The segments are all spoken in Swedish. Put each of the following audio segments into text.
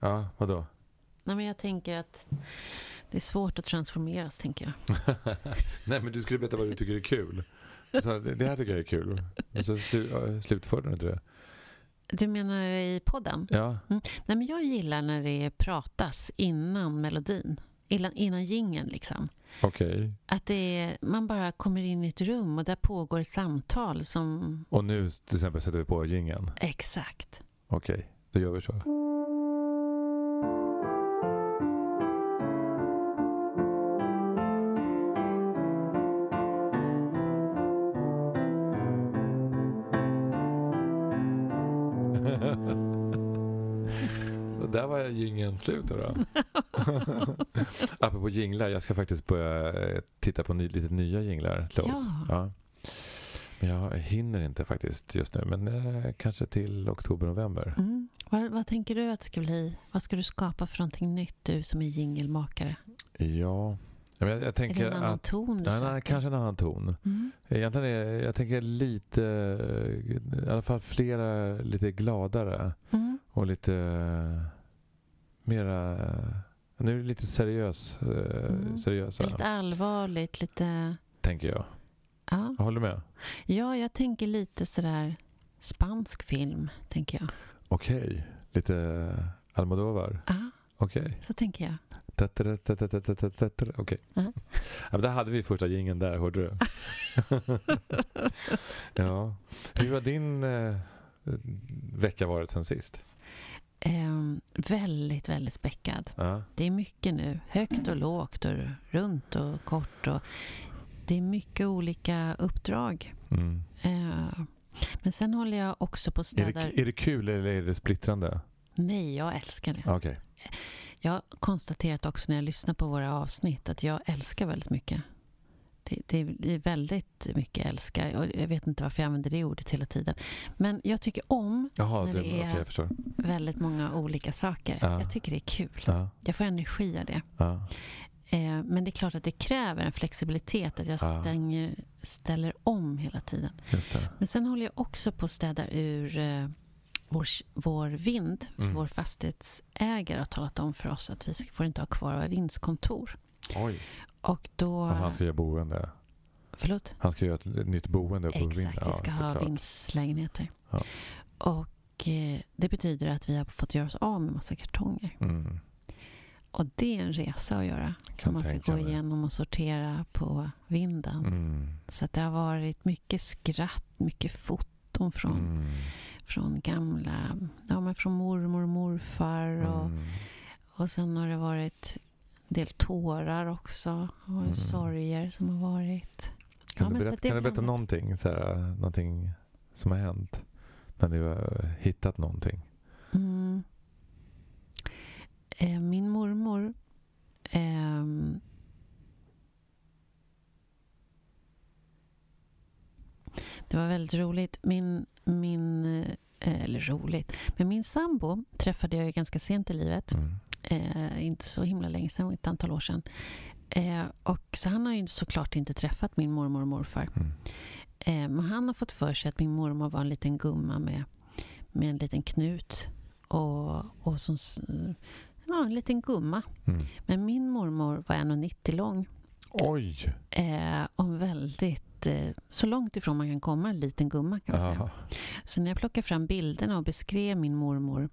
Ja, vadå? Nej, men jag tänker att det är svårt att transformeras, tänker jag. Nej, men du skulle berätta vad du tycker är kul. Så det här tycker jag är kul. Och så slutför du inte det. Du menar i podden? Ja. Nej, men jag gillar när det pratas innan melodin. Innan jingeln liksom. Okej. Att man bara kommer in i ett rum och där pågår ett samtal som... Och nu till exempel sätter vi på jingeln. Exakt. Okej, då gör vi så. Där var jingeln slut då. Apropå jinglar, jag ska faktiskt börja titta på lite nya jinglar till oss. Ja. Men jag hinner inte faktiskt just nu, men kanske till oktober-november. Vad tänker du att det ska bli? Vad ska du skapa för någonting nytt, du som är jingelmakare? Ja, jag tänker är det en annan ton du söker? Kanske en annan ton. Egentligen jag tänker lite, i alla fall flera lite gladare och lite mera, nu är det lite seriösa. Lite allvarligt, lite... Tänker jag. Ja. Jag håller med. Ja, jag tänker lite sådär spansk film, tänker jag. Okej. Lite Almodovar. Ja. Okej. Så tänker jag. Okej. Ja, där hade vi första jingeln där, hörde du? Ja. Hur har din vecka varit sen sist? Väldigt, väldigt späckad. Ja. Det är mycket nu. Högt och lågt och runt och kort. Och det är mycket olika uppdrag. Men sen håller jag också på städer... Är det kul eller är det splittrande? Nej, jag älskar det. Okay. Jag har konstaterat också när jag lyssnar på våra avsnitt att jag älskar väldigt mycket. Det är väldigt mycket älska. Jag vet inte varför jag använder det ordet hela tiden. Men jag tycker om när det är väldigt många olika saker. Ja. Jag tycker det är kul. Ja. Jag får energi av det. Ja. Men det är klart att det kräver en flexibilitet. Att jag ställer om hela tiden. Just det. Men sen håller jag också på att städa ur vår vind. Vår fastighetsägare har talat om för oss att vi får inte ha kvar våra vindskontor. Oj. Och då... han ska göra boende. Förlåt? Han ska göra ett nytt boende på vind. Exakt, vi ska ha vindslägenheter. Ja. Och det betyder att vi har fått göra oss av med massa kartonger. Och det är en resa att göra. Man ska gå igenom och sortera på vinden. Så att det har varit mycket skratt, mycket foton från gamla, men från mormor och morfar. Och sen har det varit en del tårar också. Och sorger som har varit. Kan du berätta någonting, någonting som har hänt? När du har hittat någonting? Min mormor det var väldigt roligt. Eller roligt. Men min sambo träffade jag ganska sent i livet. Inte så himla länge sedan, ett antal år sedan. Och så han har ju såklart inte träffat min mormor och morfar. Men han har fått för sig att min mormor var en liten gumma med en liten knut. Och som... Ja, en liten gumma. Men min mormor var 1,90 lång. Oj! Och väldigt... så långt ifrån man kan komma en liten gumma, kan man säga. Så när jag plockade fram bilderna och beskrev min mormor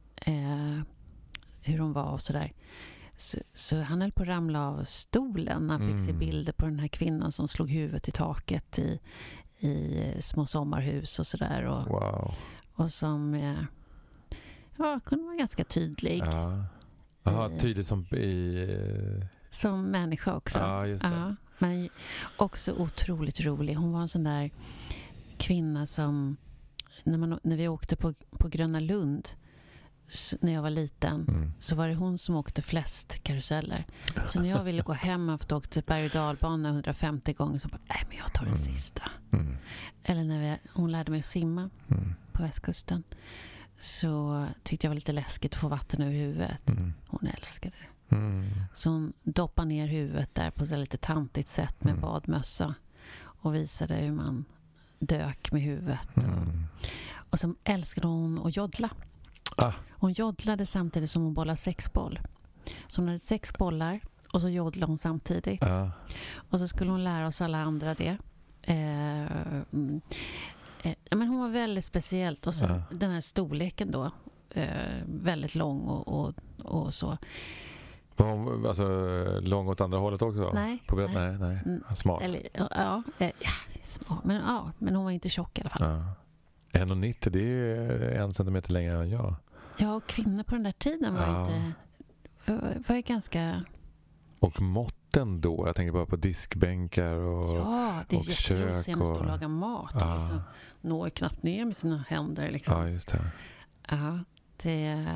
hur hon var och sådär, så han höll på att ramla av stolen när han fick se bilder på den här kvinnan som slog huvudet i taket i små sommarhus och sådär. Wow. Och som kunde vara ganska tydlig. Tydlig som människa också. Ja, just det. Men också otroligt rolig. Hon var en sån där kvinna som när vi åkte på Gröna Lund när jag var liten, så var det hon som åkte flest karuseller. Så när jag ville gå hem efter att åkt till berg- och dalbana 150 gånger, så bara, nej men jag tar den sista. Eller när hon lärde mig att simma på västkusten, så tyckte jag var lite läskigt att få vatten över huvudet. Hon älskade det. Så hon doppade ner huvudet där på så lite tantigt sätt med badmössa och visade hur man dök med huvudet. Och så älskade hon att joddla. Hon joddlade samtidigt som hon bollade 6 boll. Så hon hade 6 bollar och så joddlade hon samtidigt. Och så skulle hon lära oss alla andra det. Men hon var väldigt speciellt. Och sen den här storleken då. Väldigt lång och så. Var hon alltså lång åt andra hållet också? Nej. Nej. Smart. Smart. Men hon var inte tjock i alla fall. 1,90, det är 1 centimeter längre än jag. Ja, och kvinnor på den där tiden var ganska... Och måtten då, jag tänker bara på diskbänkar och det är och jätteroligt att se henne stå och laga mat. Liksom. Når knappt ner med sina händer. Liksom. Ja, just det. Ja, det...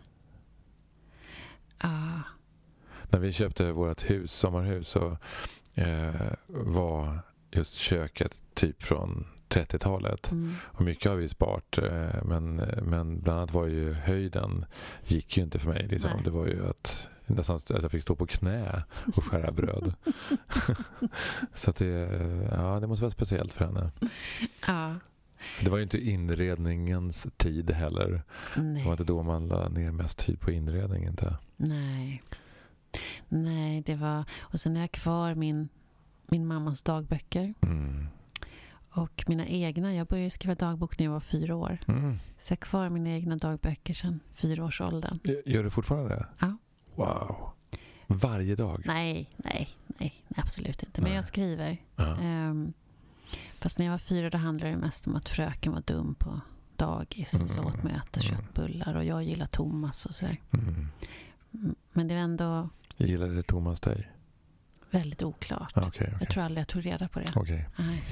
När vi köpte vårt sommarhus så var just köket typ från 30-talet. Och mycket har vi sparat, men bland annat var ju höjden gick ju inte för mig. Liksom. Det var ju nästan att jag fick stå på knä och skära bröd. Så att det måste vara speciellt för henne. Ja. För det var ju inte inredningens tid heller. Nej. Det var inte då man la ner mest tid på inredning, inte. Nej, det var... Och sen är jag kvar min mammas dagböcker. Och mina egna. Jag började skriva dagbok när jag var 4 år. Så jag har kvar mina egna dagböcker sedan 4-årsåldern. Gör du fortfarande det? Ja. Wow. Varje dag? Nej, absolut inte. Men jag skriver. Fast när jag var 4 då handlade det mest om att fröken var dum på dagis och så åt mig äta köttbullar och jag gillar Thomas och sådär. Men det var ändå... Gillade Thomas dig? Väldigt oklart. Okay. Jag tror aldrig jag tog reda på det. Okej.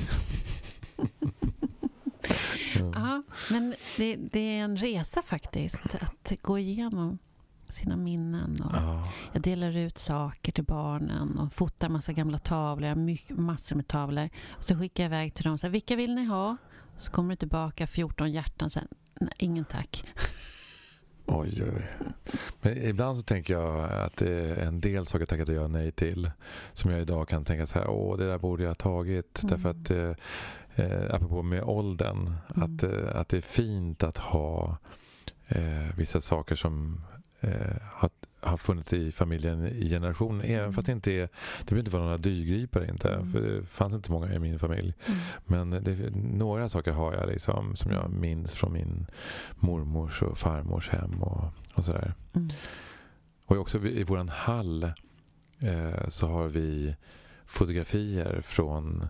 Ja, men det är en resa faktiskt att gå igenom sina minnen. Och jag delar ut saker till barnen och fotar massa gamla tavlor, massor med tavlor. Och så skickar jag iväg till dem och säger, vilka vill ni ha? Och så kommer det tillbaka 14 hjärtan sen. Nej, ingen tack. Oj. Men ibland så tänker jag att det är en del saker tackade jag nej till. Som jag idag kan tänka så här, det där borde jag ha tagit. Därför att, apropå med åldern, att det är fint att ha vissa saker som har funnits i familjen i generationer. Även fast det behöver inte vara några dyrgripare inte. För det fanns inte många i min familj. Men några saker har jag liksom, som jag minns från min mormors och farmors hem och sådär. Och också i våran hall så har vi fotografier från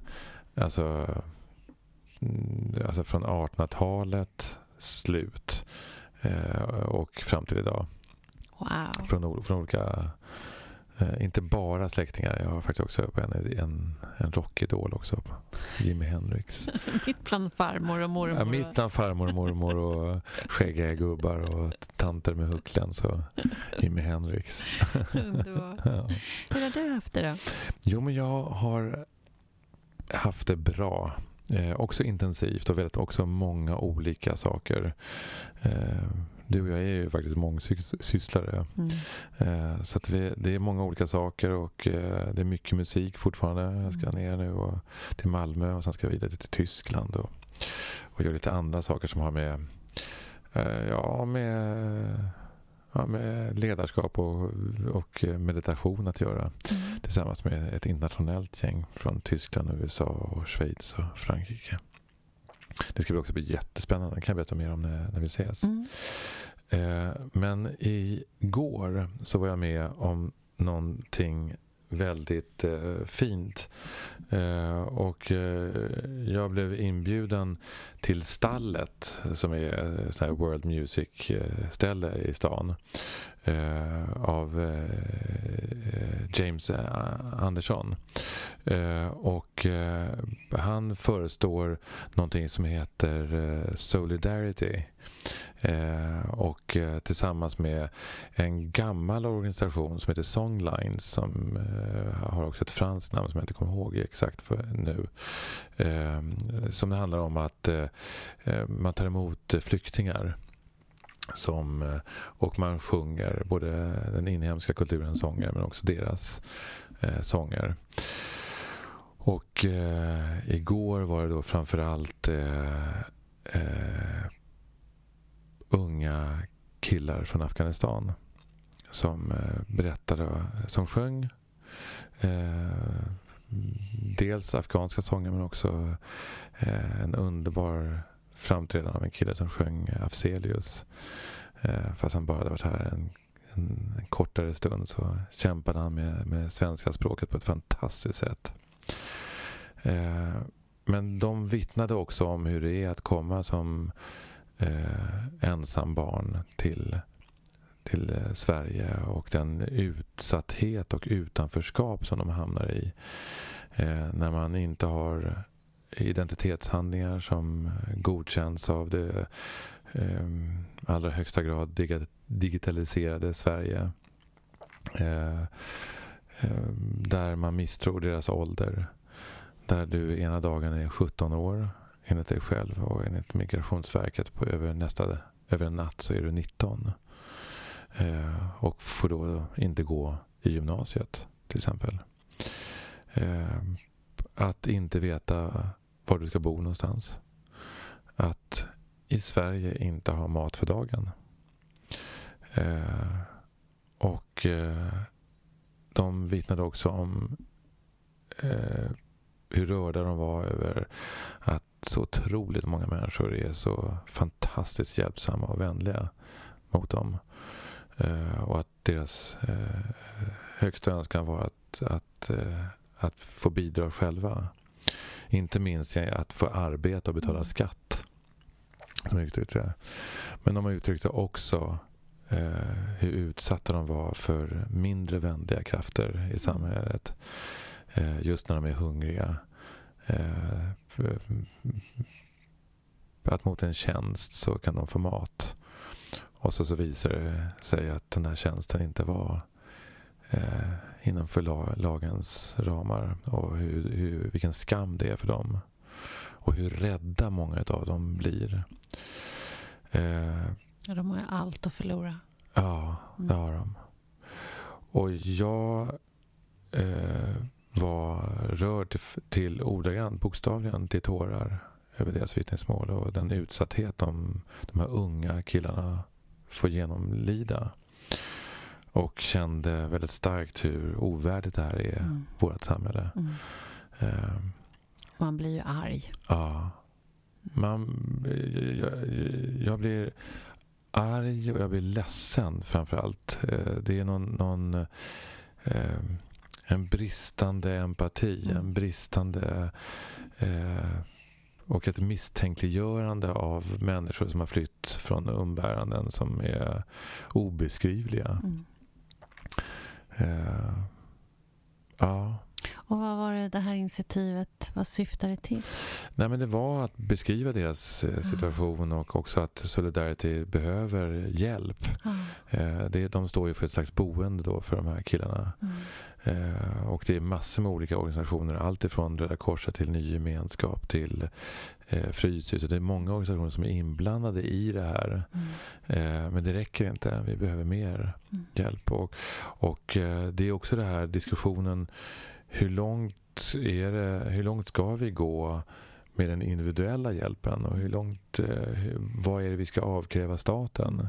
från 1800-talet slut och fram till idag. Wow. Från olika, inte bara släktingar. Jag har faktiskt också en rockidol också, Jimi Hendrix. Mitt bland farmor och mormor. Ja, mitt bland farmor och mormor och skäggiga gubbar och tanter med hucklen, så Jimi Hendrix. Underbart. Ja. Hur har du haft det då? Jo, men jag har haft det bra. Också intensivt och väldigt också många olika saker. Du och jag är ju faktiskt mångsysslare. Så att det är många olika saker och det är mycket musik fortfarande. Jag ska ner nu till Malmö och sen ska jag vidare till Tyskland och göra lite andra saker som har med ledarskap och meditation att göra. Tillsammans med ett internationellt gäng från Tyskland, USA och Schweiz och Frankrike. Det ska också bli jättespännande. Det kan jag berätta mer om när vi ses. Men igår så var jag med om någonting väldigt fint. Och jag blev inbjuden till Stallet, som är ett sånt här World Music-ställe i stan, av James Anderson. Och han förestår någonting som heter Solidarity. Och tillsammans med en gammal organisation som heter Songlines, som har också ett franskt namn som jag inte kommer ihåg exakt för nu, som det handlar om att man tar emot flyktingar och man sjunger både den inhemska kulturens sånger men också deras sånger. Och igår var det då framförallt unga killar från Afghanistan som berättade, som sjöng dels afghanska sånger men också en underbar framträdande av en kille som sjöng Afzelius. Fast han bara hade varit här en kortare stund så kämpade han med svenska språket på ett fantastiskt sätt. Men de vittnade också om hur det är att komma som ensam barn till Sverige och den utsatthet och utanförskap som de hamnar i när man inte har identitetshandlingar som godkänns av det allra högsta grad digitaliserade Sverige, där man misstror deras ålder, där du ena dagen är 17 år enligt dig själv och enligt Migrationsverket över en natt så är du 19 och får då inte gå i gymnasiet till exempel. Att inte veta var du ska bo någonstans. Att i Sverige inte ha mat för dagen. Och de vittnade också om hur rörda de var över att så otroligt många människor är så fantastiskt hjälpsamma och vänliga mot dem. Och att deras högsta önskan var att få bidra själva. Inte minst att få arbeta och betala skatt. Men de uttryckte också hur utsatta de var för mindre vänliga krafter i samhället. Just när de är hungriga. Att mot en tjänst så kan de få mat. Och så visar det sig att den här tjänsten inte var innanför lagens ramar. Och vilken skam det är för dem. Och hur rädda många av dem blir. Ja, de har ju allt att förlora. Ja, det har de. Och jag var rörd till ordagrant, bokstavligen till tårar över deras vittnesmål och den utsatthet de här unga killarna får genomlida. Och kände väldigt starkt hur ovärdigt det här är vårt samhälle. Man blir ju arg. Ja. Jag blir arg och jag blir ledsen framförallt. Det är en bristande empati, en bristande och ett misstänkliggörande av människor som har flytt från umbäranden som är obeskrivliga. Ja. Och vad var det här initiativet, vad syftade det till? Nej, men det var att beskriva deras situation och också att Solidarity behöver hjälp. De står ju för ett slags boende då för de här killarna. Och det är massor med olika organisationer, allt ifrån Röda Korset till Ny Gemenskap till Fryshuset. Det är många organisationer som är inblandade i det här. Men det räcker inte, vi behöver mer hjälp. Och det är också det här diskussionen, hur långt ska vi gå med den individuella hjälpen och vad är det vi ska avkräva staten?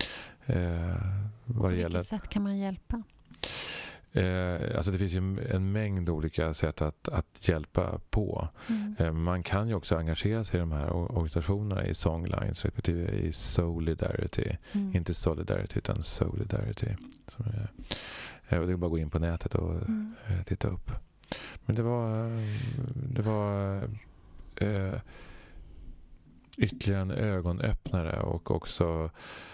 På vilket sätt kan man hjälpa? Alltså det finns ju en mängd olika sätt att hjälpa på. Man kan ju också engagera sig i de här organisationerna i Songlines respektive i Solidarity. Inte Solidarity utan Solidarity. Det är bara att gå in på nätet och titta upp. Men det var ytterligare en ögonöppnare och också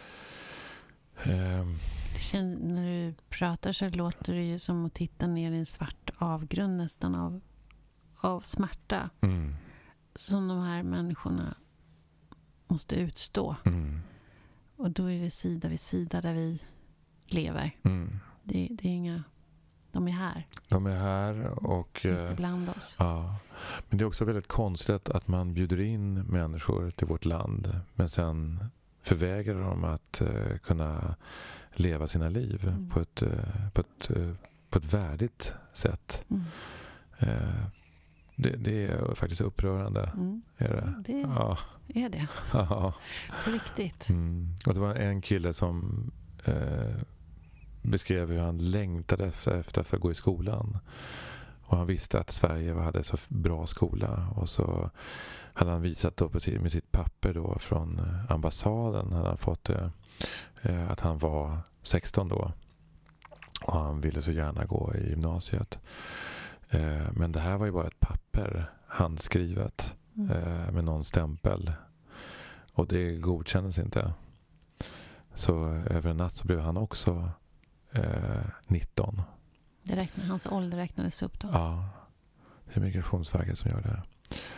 när du pratar så låter det ju som att titta ner i en svart avgrund nästan av smärta som de här människorna måste utstå. Och då är det sida vid sida där vi lever. Det är inga... De är här. De är här och... Inte bland oss. Ja. Men det är också väldigt konstigt att man bjuder in människor till vårt land men sen förvägrar dem att kunna leva sina liv på ett värdigt sätt. Det är faktiskt upprörande. Är det? Det är det. Ja. På riktigt. Och det var en kille som beskrev hur han längtade efter att gå i skolan. Och han visste att Sverige hade så bra skola. Och så hade han visat då med sitt papper då från ambassaden. Hade han fått att han var 16 då. Och han ville så gärna gå i gymnasiet. Men det här var ju bara ett papper handskrivet med någon stämpel. Och det godkändes inte. Så över en natt så blev han också 19. Hans ålder räknades upp då? Ja, det är Migrationsverket som gör det.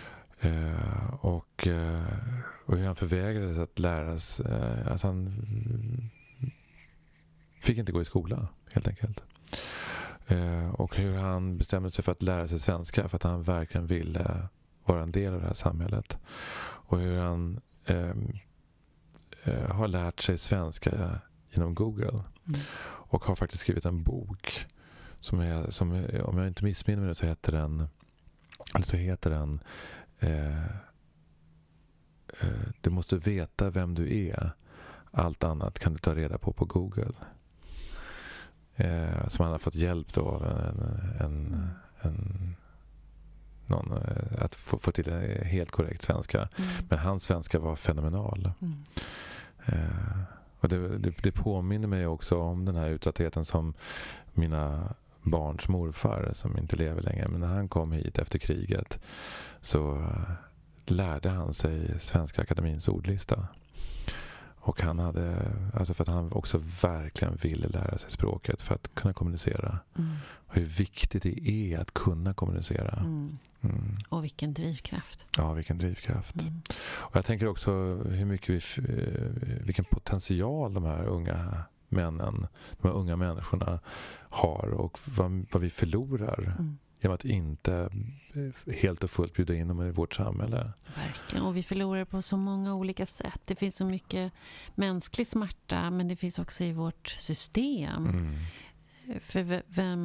Och hur han förvägrades att lära sig, att han fick inte gå i skola helt enkelt. Och hur han bestämde sig för att lära sig svenska för att han verkligen ville vara en del av det här samhället. Och hur han har lärt sig svenska genom Google. Och har faktiskt skrivit en bok som om jag inte missminner mig så heter den Du måste veta vem du är. Allt annat kan du ta reda på Google. Som han har fått hjälp då av någon att få till en helt korrekt svenska. Men hans svenska var fenomenal. Och det påminner mig också om den här utsattheten som mina barns morfar, som inte lever längre, men när han kom hit efter kriget så lärde han sig Svenska Akademins ordlista. Och han hade, alltså för att han också verkligen ville lära sig språket för att kunna kommunicera. Och hur viktigt det är att kunna kommunicera. Och vilken drivkraft. Ja, vilken drivkraft. Och jag tänker också hur mycket vilken potential de här unga männen, de här unga människorna har och vad vi förlorar genom att inte helt och fullt bjuda in dem i vårt samhälle. Verkligen, och vi förlorar på så många olika sätt. Det finns så mycket mänsklig smärta, men det finns också i vårt system. För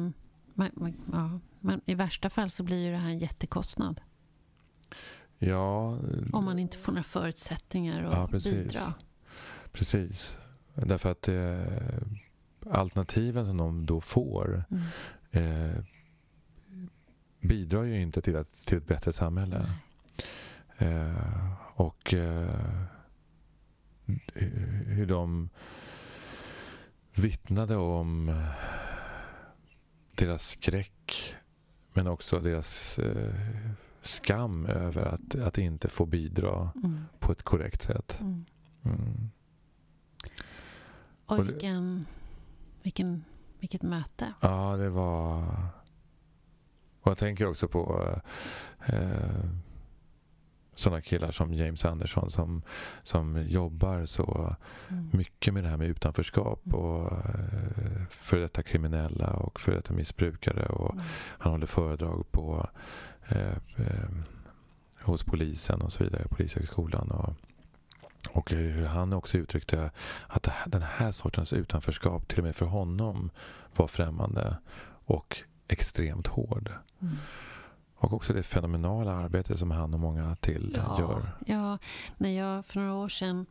men i värsta fall så blir ju det här en jättekostnad. Ja. Om man inte får några förutsättningar att bidra. Precis. Därför att alternativen som de då får bidrar ju inte till ett bättre samhälle. Och hur de vittnade om deras skräck, men också deras skam över att inte få bidra på ett korrekt sätt. Och vilket möte. Ja, det var... Och jag tänker också på sådana killar som James Anderson som jobbar så mycket med det här med utanförskap och för detta kriminella och för detta missbrukare. Och han håller föredrag på hos polisen och så vidare, Polishögskolan. Och hur han också uttryckte att den här sortens utanförskap till och med för honom var främmande och extremt hård. Och också det fenomenala arbete som han och många till gör. Ja, när jag för några år sedan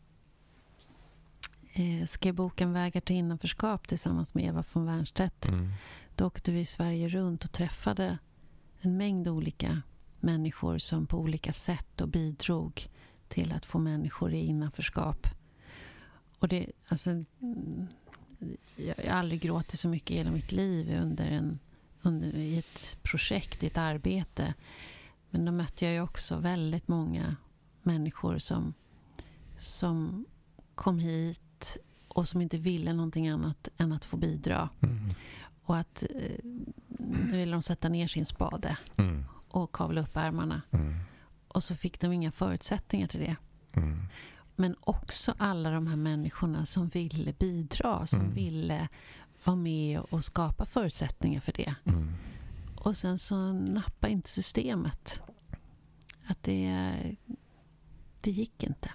skrev boken Vägar till innanförskap tillsammans med Eva von Wernstedt. Då åkte vi i Sverige runt och träffade en mängd olika människor som på olika sätt och bidrog till att få människor i innanförskap. Och det, alltså, jag har aldrig gråtit så mycket i hela mitt liv i ett projekt, i ett arbete. Men då mötte jag ju också väldigt många människor som kom hit och som inte ville någonting annat än att få bidra. Och att nu ville de sätta ner sin spade och kavla upp ärmarna. Och så fick de inga förutsättningar till det. Men också alla de här människorna som ville bidra, som ville vara med och skapa förutsättningar för det. Och sen så nappade inte systemet. Att det gick inte.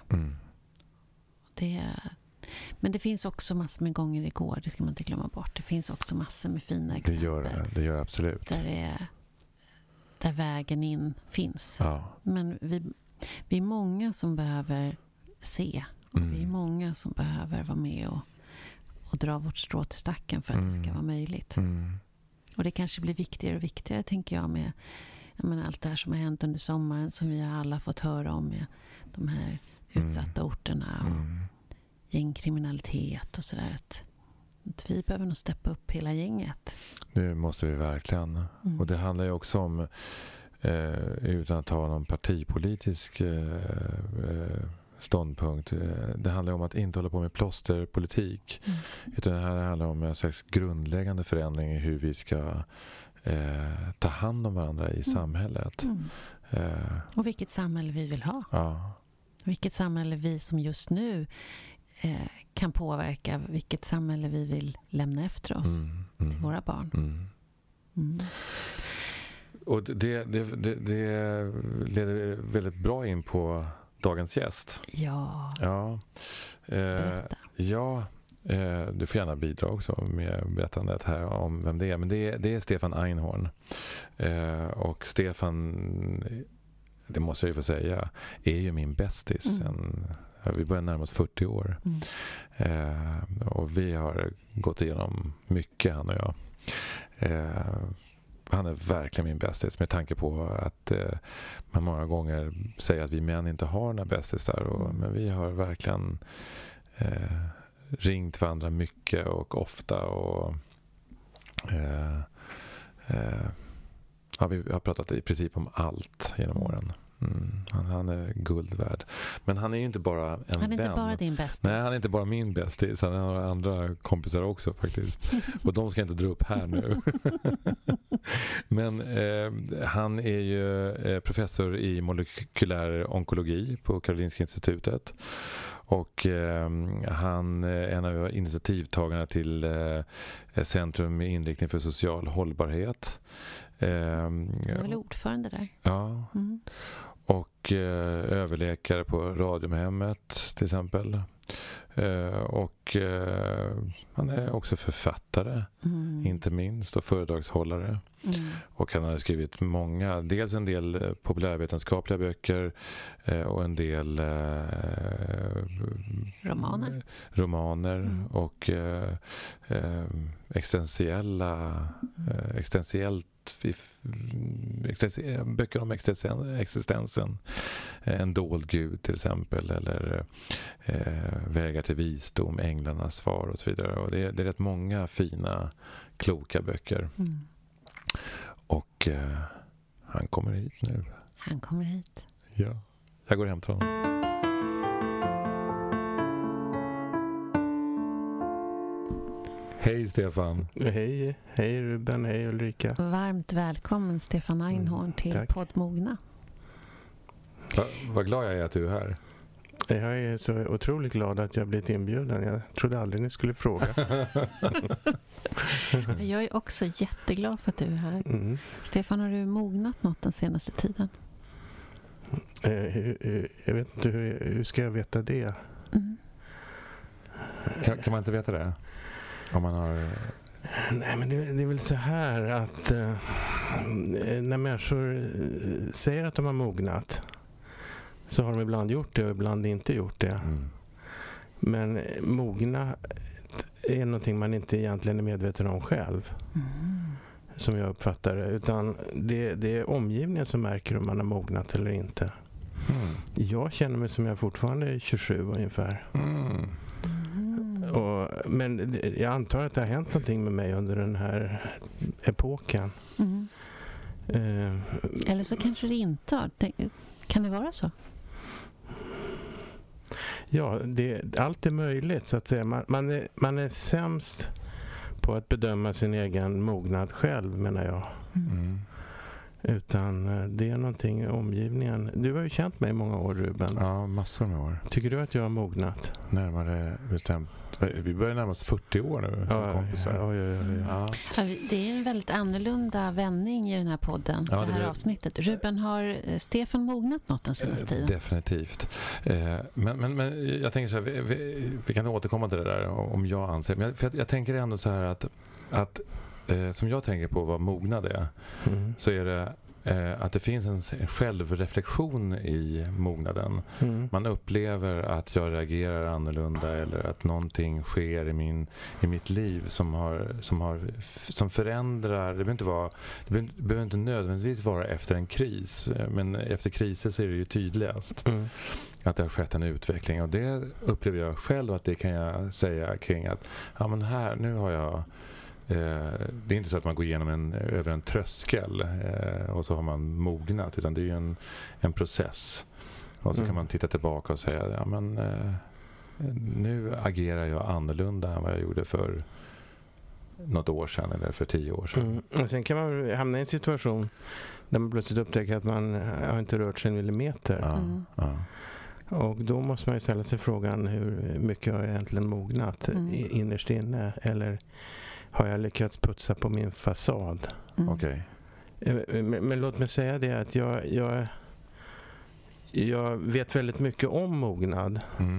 Men det finns också massor med gånger igår, det ska man inte glömma bort. Det finns också massor med fina exempel. Det gör det absolut. Där där vägen in finns. Ja. Men vi är många som behöver se. Vi är många som behöver vara med och dra vårt strå till stacken för att det ska vara möjligt. Och det kanske blir viktigare och viktigare, tänker jag, med allt det här som har hänt under sommaren, som vi alla fått höra om, med de här utsatta orterna och gängkriminalitet och sådär. Att vi behöver nog steppa upp hela gänget. Det måste vi verkligen. Och det handlar ju också om, utan att ha någon partipolitisk ståndpunkt, det handlar om att inte hålla på med plåsterpolitik. Utan det här handlar om en slags grundläggande förändring i hur vi ska ta hand om varandra i samhället. Och vilket samhälle vi vill ha. Ja. Vilket samhälle vi som just nu kan påverka. Vilket samhälle vi vill lämna efter oss till våra barn. Och det leder väldigt bra in på dagens gäst. Ja. Berätta. Du får gärna bidra också med berättandet här om vem det är. Men det är Stefan Einhorn. Och Stefan, det måste jag ju få säga, är ju min bästis. Vi börjar närma oss 40 år. Och vi har gått igenom mycket, han och jag. Han är verkligen min bästis, med tanke på att man många gånger säger att vi män inte har några bästisar. Men vi har verkligen ringt varandra mycket och ofta. Och vi har pratat i princip om allt genom åren. Han är guld värd. Men han är ju inte bara en vän. Han är inte bara din bästis. Nej, han är inte bara min bästis. Han har andra kompisar också faktiskt. Och de ska jag inte dra upp här nu. Men han är ju professor i molekylär onkologi på Karolinska institutet. Och han är en av initiativtagarna till Centrum med inriktning för social hållbarhet. Han är väl ordförande där. Ja. Och överläkare på Radiumhemmet till exempel. Och han är också författare, inte minst, och föredragshållare. Och han har skrivit dels en del populärvetenskapliga böcker och en del romaner och böcker om existensen. En dold gud till exempel, eller Vägar till visdom, Änglarnas svar och så vidare. Och det är rätt många fina, kloka böcker. Och han kommer hit nu. Han kommer hit. Ja, jag går hem till honom. Hej Stefan. Hej Ruben, hej Ulrika. Varmt välkommen Stefan Einhorn till Podd Mogna. Vad glad jag är att du är här. Jag är så otroligt glad att jag blivit inbjuden. Jag trodde aldrig ni skulle fråga. Jag är också jätteglad för att du är här. Stefan, har du mognat något den senaste tiden? Jag vet inte, hur ska jag veta det? Kan man inte veta det? Om man har... Nej, men det är väl så här att när människor säger att de har mognat, så har de ibland gjort det och ibland inte gjort det. Men mogna är någonting man inte egentligen är medveten om själv. Som jag uppfattar det. Utan det är omgivningen som märker om man har mognat eller inte. Jag känner mig som jag fortfarande är 27 ungefär. Men jag antar att det har hänt någonting med mig under den här epoken. Eller så kanske det inte har. Kan det vara så? Ja, allt är möjligt så att säga. Man är sämst på att bedöma sin egen mognad själv, menar jag. Utan det är någonting i omgivningen. Du har ju känt mig i många år, Ruben. Ja, massor med år. Tycker du att jag har mognat? Närmare bestämt. Vi börjar närmast 40 år nu som kompisar. Ja. Det är en väldigt annorlunda vändning i den här podden, det här avsnittet. Ruben, har Stefan mognat något den senaste tiden? Definitivt. Men jag tänker så här, vi kan återkomma till det där om jag anser. Men jag tänker ändå så här att som jag tänker på vad mognad är, så är det att det finns en självreflektion i mognaden. Man upplever att jag reagerar annorlunda eller att någonting sker i mitt liv som förändrar. Det behöver inte nödvändigtvis vara efter en kris, men efter kriser så är det ju tydligast att det har skett en utveckling, och det upplever jag själv att det kan jag säga kring att ja, men här, nu har jag det är inte så att man går igenom över en tröskel och så har man mognat, utan det är ju en process, och så kan man titta tillbaka och säga ja, men nu agerar jag annorlunda än vad jag gjorde för något år sedan eller för 10 år sedan. Och sen kan man hamna i en situation där man plötsligt upptäcker att man har inte rört sig en millimeter. Och då måste man ju ställa sig frågan, hur mycket har jag egentligen mognat innerst inne, eller har jag lyckats putsa på min fasad? Okej. Men låt mig säga det att jag vet väldigt mycket om mognad.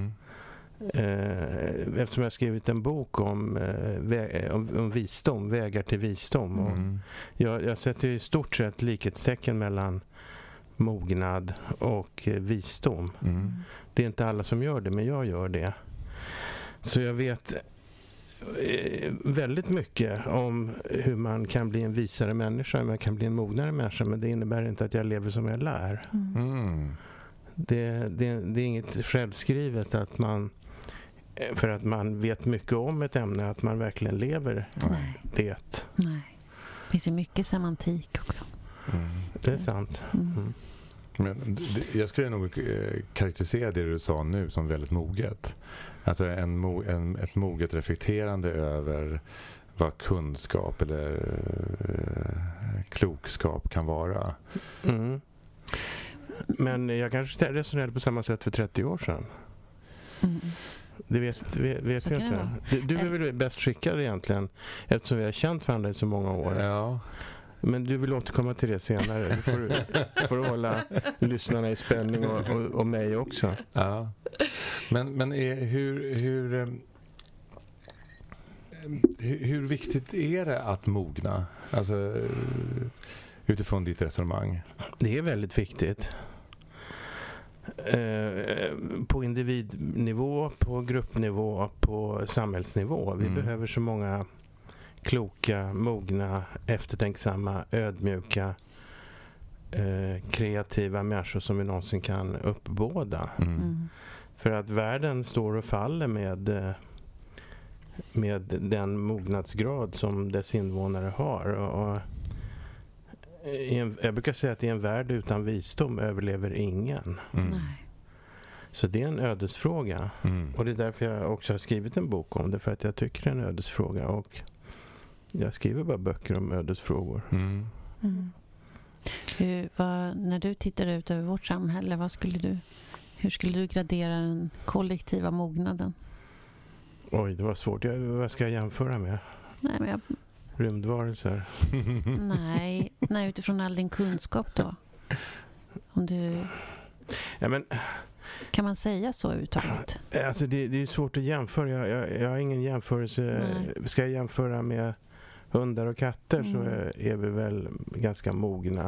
Eftersom jag har skrivit en bok om visdom, vägar till visdom. Och jag sätter i stort sett likhetstecken mellan mognad och visdom. Det är inte alla som gör det, men jag gör det. Så jag vet väldigt mycket om hur man kan bli en visare människa, hur man kan bli en mognare människa, men det innebär inte att jag lever som jag lär. Det är inget självskrivet att man, för att man vet mycket om ett ämne, att man verkligen lever det. Nej. Det finns ju mycket semantik också. Det är sant. Men jag skulle nog karaktärisera det du sa nu som väldigt moget. Alltså ett moget reflekterande över vad kunskap eller klokskap kan vara. Men jag kanske resonerade på samma sätt för 30 år sedan. Det vet vi inte. Du är väl bäst skickad egentligen, eftersom vi har känt varandra i så många år. Ja. Men du vill återkomma till det senare. Får du hålla lyssnarna i spänning och mig också. Ja. Men hur viktigt är det att mogna? Alltså utifrån ditt resonemang. Det är väldigt viktigt. På individnivå, på gruppnivå, på samhällsnivå. Vi behöver så många kloka, mogna, eftertänksamma, ödmjuka, kreativa människor som vi någonsin kan uppbåda. För att världen står och faller med den mognadsgrad som dess invånare har. Och jag brukar säga att i en värld utan visdom överlever ingen. Så det är en ödesfråga. Och det är därför jag också har skrivit en bok om det, för att jag tycker det är en ödesfråga, och jag skriver bara böcker om ödesfrågor. När du tittar ut över vårt samhälle, hur skulle du gradera den kollektiva mognaden? Oj, det var svårt. Vad ska jag jämföra med? Rymdvarelser? Nej, utifrån all din kunskap då. Om du... Kan man säga så uttaget? Alltså det är svårt att jämföra. Jag har ingen jämförelse. Ska jag jämföra med hundar och katter så är vi väl ganska mogna.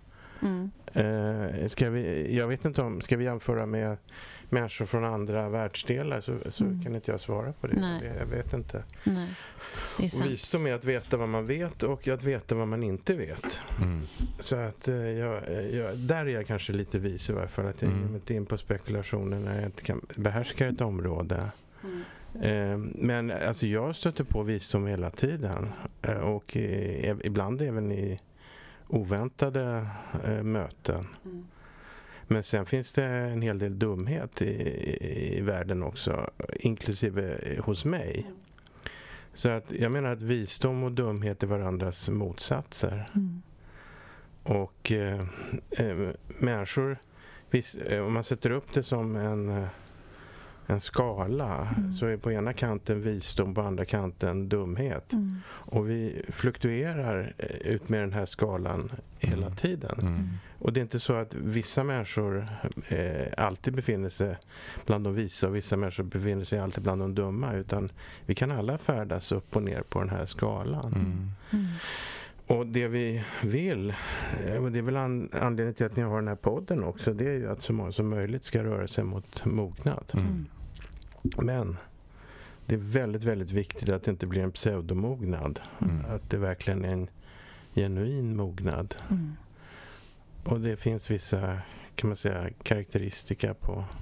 Jag vet inte om ska vi jämföra med människor från andra världsdelar så kan inte jag svara på det. Nej. Jag vet inte. Nej. Det är sant. Visdom är att veta vad man vet och att veta vad man inte vet. Så att där är jag kanske lite vis i varje fall, att jag ger inte in på spekulationer när jag inte kan behärska ett område. Men alltså jag stöter på visdom hela tiden, och ibland även i oväntade möten. Men sen finns det en hel del dumhet i världen också, inklusive hos mig. Så att jag menar att visdom och dumhet är varandras motsatser. Och människor, om man sätter upp det som en skala, så är på ena kanten visdom, på andra kanten dumhet. Och vi fluktuerar ut med den här skalan hela tiden. Och det är inte så att vissa människor alltid befinner sig bland de visa och vissa människor befinner sig alltid bland de dumma, utan vi kan alla färdas upp och ner på den här skalan. Och det vi vill, och det är väl anledningen till att ni har den här podden också, det är ju att så många som möjligt ska röra sig mot mognad. Men det är väldigt, väldigt viktigt att det inte blir en pseudomognad. Att det verkligen är en genuin mognad. Och det finns vissa, kan man säga, karaktäristika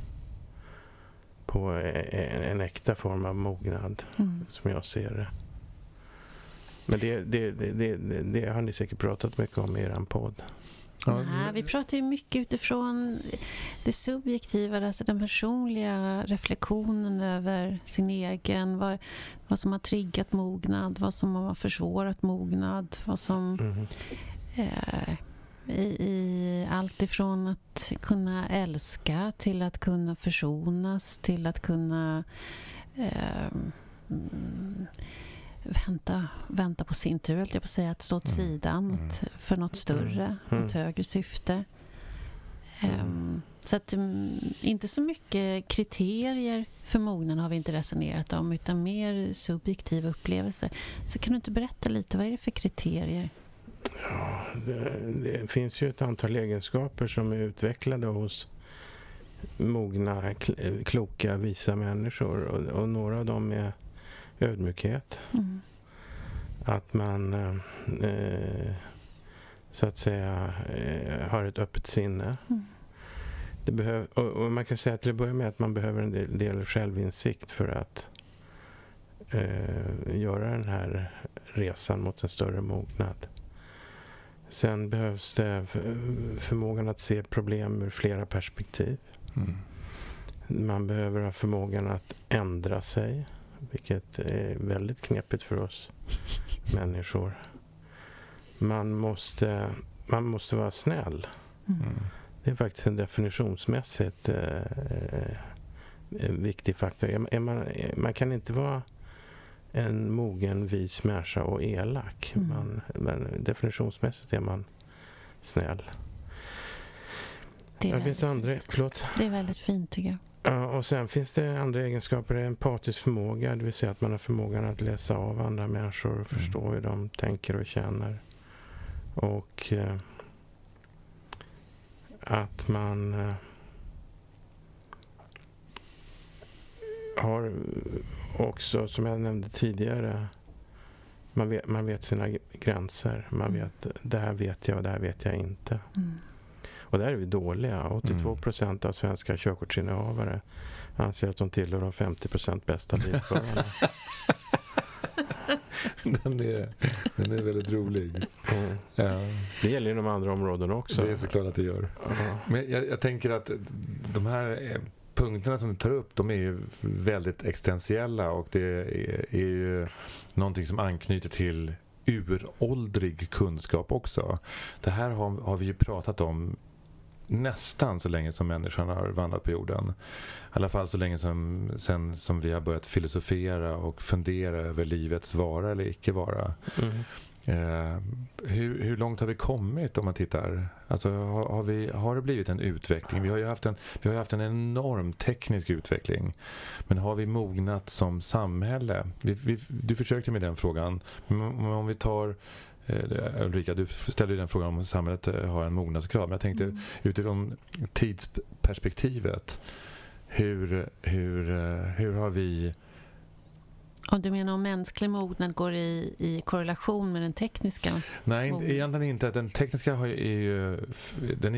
på en äkta form av mognad, som jag ser det. Men det har ni säkert pratat mycket om i er podd. Nej, vi pratar ju mycket utifrån det subjektiva, alltså den personliga reflektionen över sin egen, vad som har triggat mognad, vad som har försvårat mognad, vad som i allt ifrån att kunna älska till att kunna försonas, till att kunna vänta på sin tur, jag på säga, att stå åt sidan för något större, något högre syfte. Så att inte så mycket kriterier för mognaden har vi inte resonerat om, utan mer subjektiva upplevelser. Så kan du inte berätta lite, vad är det för kriterier? Ja, det finns ju ett antal egenskaper som är utvecklade hos mogna, kloka, visa människor, och några av dem är ödmjukhet. Att man så att säga har ett öppet sinne. Det och man kan säga till att börja med att man behöver en del självinsikt för att göra den här resan mot en större mognad. Sen behövs det förmågan att se problem ur flera perspektiv. Man behöver ha förmågan att ändra sig, vilket är väldigt knepigt för oss människor. Man måste vara snäll. Det är faktiskt en definitionsmässigt viktig faktor. Man kan inte vara en mogen, vis människa och elak. Men definitionsmässigt är man snäll. Det finns andra, förlåt. Det är väldigt fint, tycker jag. Ja, och sen finns det andra egenskaper, empatisk förmåga, det vill säga att man har förmågan att läsa av andra människor och förstå hur de tänker och känner. Och att man har också, som jag nämnde tidigare, man vet sina gränser. Man vet, det här vet jag och det här vet jag inte. Och där är vi dåliga. 82% av svenska körkortsinnehavare anser att de tillhör de 50% bästa bilförarna. Den är väldigt rolig. Ja. Det gäller ju de andra områden också. Det är såklart att det gör. Men jag tänker att de här punkterna som du tar upp, de är ju väldigt existentiella, och det är ju någonting som anknyter till uråldrig kunskap också. Det här har vi ju pratat om nästan så länge som människan har vandrat på jorden. I alla fall så länge som vi har börjat filosofera och fundera över livets vara eller icke vara. Hur långt har vi kommit om man tittar? Alltså, har det blivit en utveckling? Vi har ju haft en enorm teknisk utveckling. Men har vi mognat som samhälle? Du försökte med den frågan. Men om vi tar Ulrika, du ställde ju den frågan om samhället har en mognadsgrad. Men jag tänkte utifrån tidsperspektivet, hur har vi... Och du menar om mänsklig mognad går i korrelation med den tekniska? Nej, egentligen inte. Den tekniska den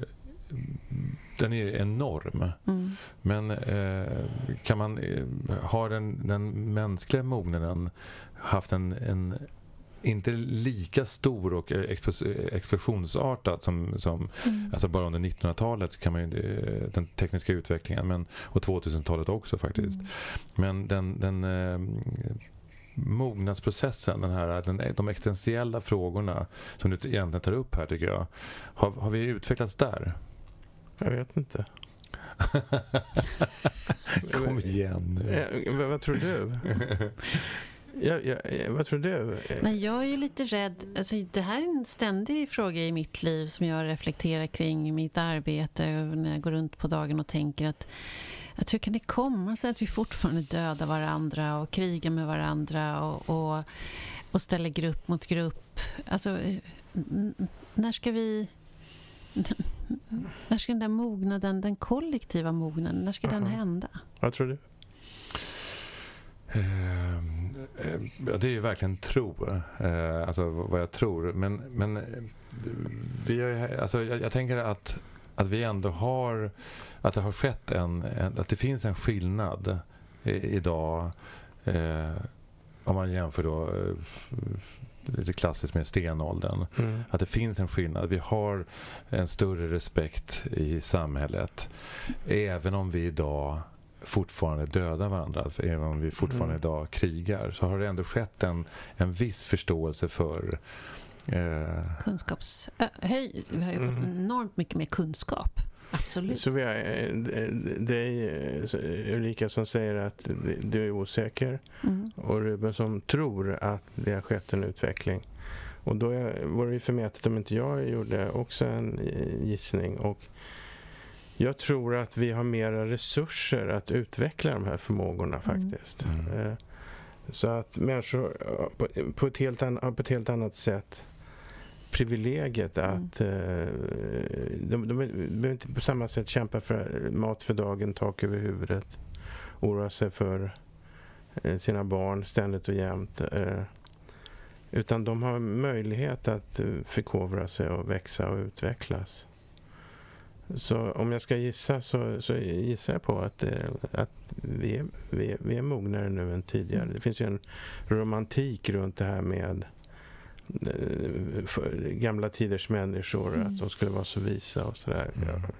är enorm. Men kan man har den mänskliga mognaden haft en inte lika stor och explosionsartad som alltså bara under 1900-talet kan man ju, den tekniska utvecklingen, och 2000-talet också faktiskt. Men den mognadsprocessen, de existentiella frågorna som du egentligen tar upp här, tycker jag, har vi utvecklats där? Jag vet inte. Kom igen nu. Vad tror du? Vad tror du? Nej, jag är ju lite rädd. Alltså, det här är en ständig fråga i mitt liv som jag reflekterar kring i mitt arbete när jag går runt på dagen och tänker att hur kan det komma sig att vi fortfarande dödar varandra och krigar med varandra och ställer grupp mot grupp? Alltså, när ska den där mognaden, den kollektiva mognaden, när ska den hända? Vad tror du? Det är ju verkligen tro, alltså vad jag tror, men vi är, alltså jag tänker att vi ändå har, att det har skett att det finns en skillnad idag, om man jämför då lite klassiskt med stenåldern, att det finns en skillnad. Vi har en större respekt i samhället, även om vi idag fortfarande dödar varandra, även om vi fortfarande idag krigar, så har det ändå skett en viss förståelse för kunskapshöj. Vi har ju fått enormt mycket mer kunskap. Absolut. Så vi har dig, Ulrika, som säger att du är osäker, och Ruben som tror att det har skett en utveckling. Och då var det förmätet om inte jag gjorde också en gissning, och jag tror att vi har mera resurser att utveckla de här förmågorna faktiskt. Så att människor på ett helt annat sätt privilegiet att de behöver inte på samma sätt kämpa för mat för dagen, tak över huvudet, oroa sig för sina barn ständigt och jämt, utan de har möjlighet att förkovra sig och växa och utvecklas. Så om jag ska gissa så gissar jag på att vi är mognare nu än tidigare. Det finns ju en romantik runt det här med gamla tiders människor, att de skulle vara så visa och sådär.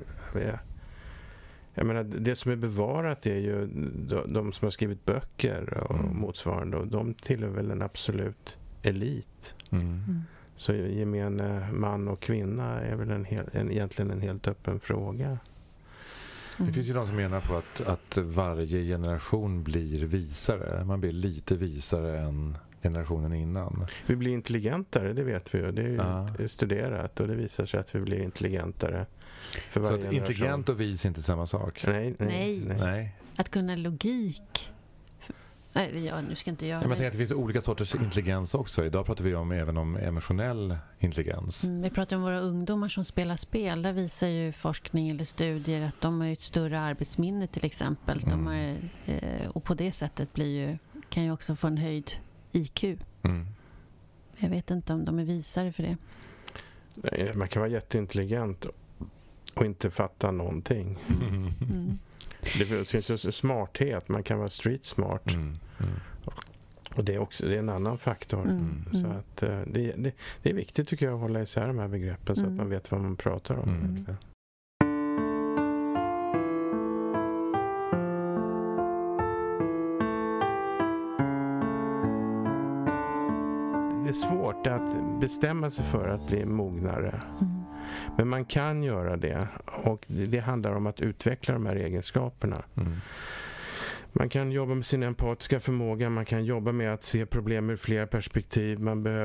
Jag menar, det som är bevarat är ju de som har skrivit böcker och motsvarande, och de tillhör väl en absolut elit. Så gemene man och kvinna är väl egentligen en helt öppen fråga. Det finns ju de som menar på att varje generation blir visare. Man blir lite visare än generationen innan. Vi blir intelligentare, det vet vi ju. Det är ju studerat, och det visar sig att vi blir intelligentare för varje generation. Så intelligent och vis är inte samma sak? Nej. Att kunna logik. Nu ska inte jag... Jag tänker att det finns olika sorters intelligens också. Idag pratar vi även om emotionell intelligens. Vi pratar om våra ungdomar som spelar spel. Där visar ju forskning eller studier att de har ett större arbetsminne till exempel. Och på det sättet kan ju också få en höjd IQ. Jag vet inte om de är visare för det. Nej, man kan vara jätteintelligent och inte fatta någonting. Det finns ju smarthet. Man kan vara street smart. Och det är en annan faktor. Så att det är viktigt, tycker jag, att hålla isär de här begreppen så att man vet vad man pratar om. Det är svårt att bestämma sig för att bli mognare. Men man kan göra det, och det handlar om att utveckla de här egenskaperna. Man kan jobba med sin empatiska förmåga, man kan jobba med att se problem ur flera perspektiv.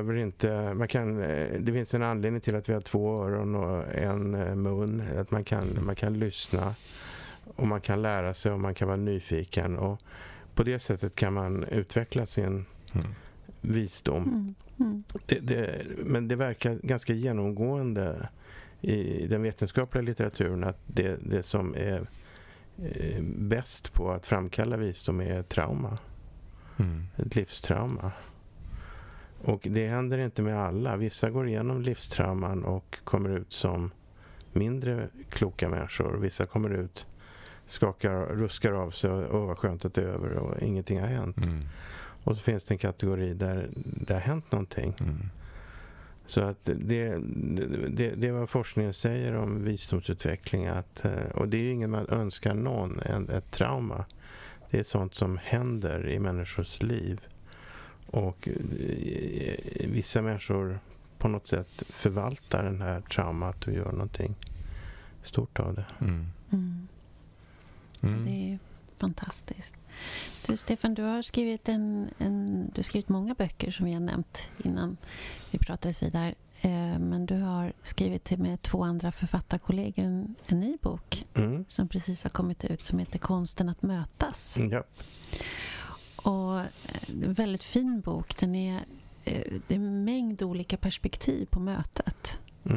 Det finns en anledning till att vi har 2 öron och en mun, att man kan lyssna, och man kan lära sig, och man kan vara nyfiken, och på det sättet kan man utveckla sin visdom. Men det verkar ganska genomgående i den vetenskapliga litteraturen att det som är bäst på att framkalla visdom är trauma. Ett livstrauma. Och det händer inte med alla. Vissa går igenom livstrauman och kommer ut som mindre kloka människor. Vissa kommer ut, ruskar av sig och vad skönt att det är över och ingenting har hänt. Och så finns det en kategori där det har hänt någonting. Så att det är vad forskningen säger om visdomsutveckling, och det är ju ingen man önskar någon ett trauma. Det är sånt som händer i människors liv, och vissa människor på något sätt förvaltar den här traumat och gör någonting stort av det. Det är Fantastiskt. Du Stefan, du har skrivit du har skrivit många böcker som vi har nämnt innan vi pratades vidare. Men du har skrivit med 2 andra författarkollegor en ny bok som precis har kommit ut som heter Konsten att mötas. Ja. Och en väldigt fin bok. Det är en mängd olika perspektiv på mötet.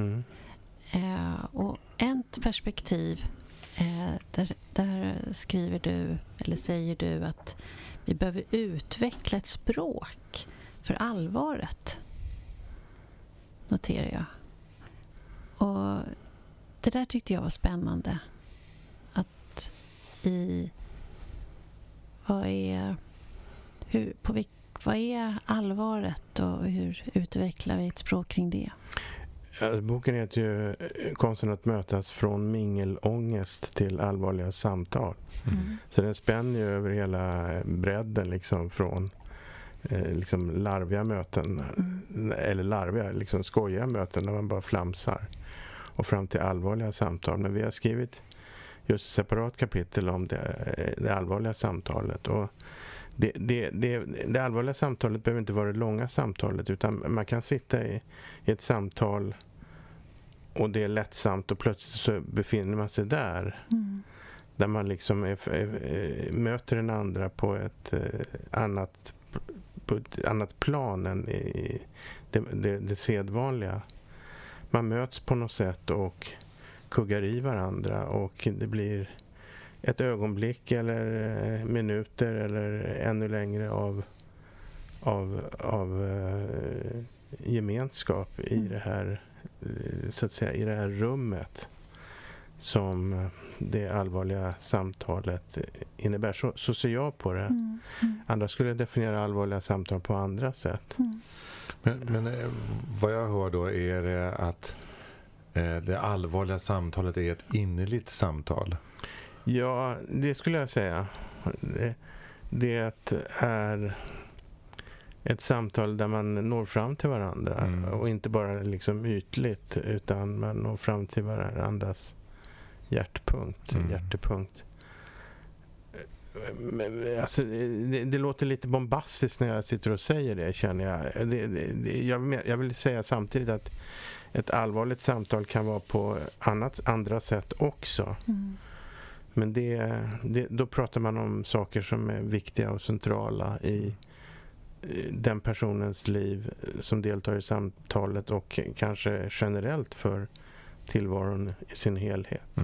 Och ett perspektiv där skriver du, eller säger du, att vi behöver utveckla ett språk för allvaret, noterar jag. Och det där tyckte jag var spännande. Att vad är allvaret och hur utvecklar vi ett språk kring det? Boken heter ju Konsten att mötas från mingelångest till allvarliga samtal. Så den spänner ju över hela bredden liksom, från liksom larviga möten eller larviga, liksom skojiga möten när man bara flamsar och fram till allvarliga samtal. Men vi har skrivit just ett separat kapitel om det allvarliga samtalet, och det allvarliga samtalet behöver inte vara det långa samtalet, utan man kan sitta i ett samtal och det är lättsamt och plötsligt så befinner man sig där där man liksom möter den andra på ett annat plan än i det sedvanliga. Man möts på något sätt och kuggar i varandra, och det blir ett ögonblick eller minuter eller ännu längre av gemenskap i det här, så att säga, i det här rummet som det allvarliga samtalet innebär. Så ser jag på det. Andra skulle definiera allvarliga samtal på andra sätt. Men vad jag hör då är det att det allvarliga samtalet är ett innerligt samtal. Ja, det skulle jag säga. Det är ett samtal där man når fram till varandra och inte bara liksom ytligt, utan man når fram till varandras hjärtepunkt. Men, alltså, det låter lite bombastiskt när jag sitter och säger det, känner jag. Jag vill säga samtidigt att ett allvarligt samtal kan vara på andra sätt också. Men då pratar man om saker som är viktiga och centrala i den personens liv som deltar i samtalet, och kanske generellt för tillvaron i sin helhet.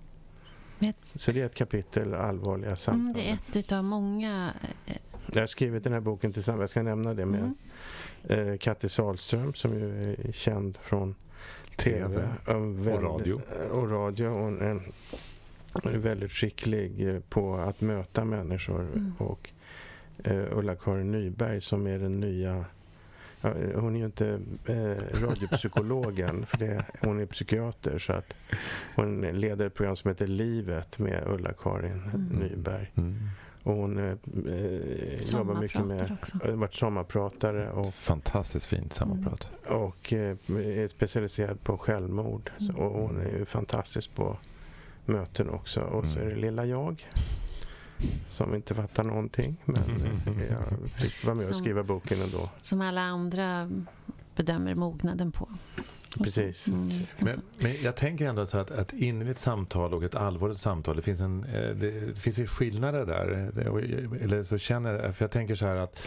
Så det är ett kapitel allvarliga samtal. Det är ett utav många. Jag har skrivit den här boken tillsammans, jag ska nämna det, med Katty Sahlström, som ju är känd från TV och radio. Hon är väldigt skicklig på att möta människor. Och Ulla-Karin Nyberg, som är den nya, hon är ju inte radiopsykologen, för hon är psykiater, så att hon leder ett program som heter Livet med Ulla-Karin Nyberg. Och hon jobbar mycket med, varit sommarpratare och fantastiskt fint sommarprat. Och är specialiserad på självmord. Och hon är ju fantastisk på möten också. Och så är det lilla jag som inte fattar någonting, men jag fick vara med och skriva boken ändå. Som alla andra bedömer mognaden på. Precis. Men jag tänker ändå så att ett innerligt samtal och ett allvarligt samtal, det finns ju skillnader där. Eller så känner jag, för jag tänker så här att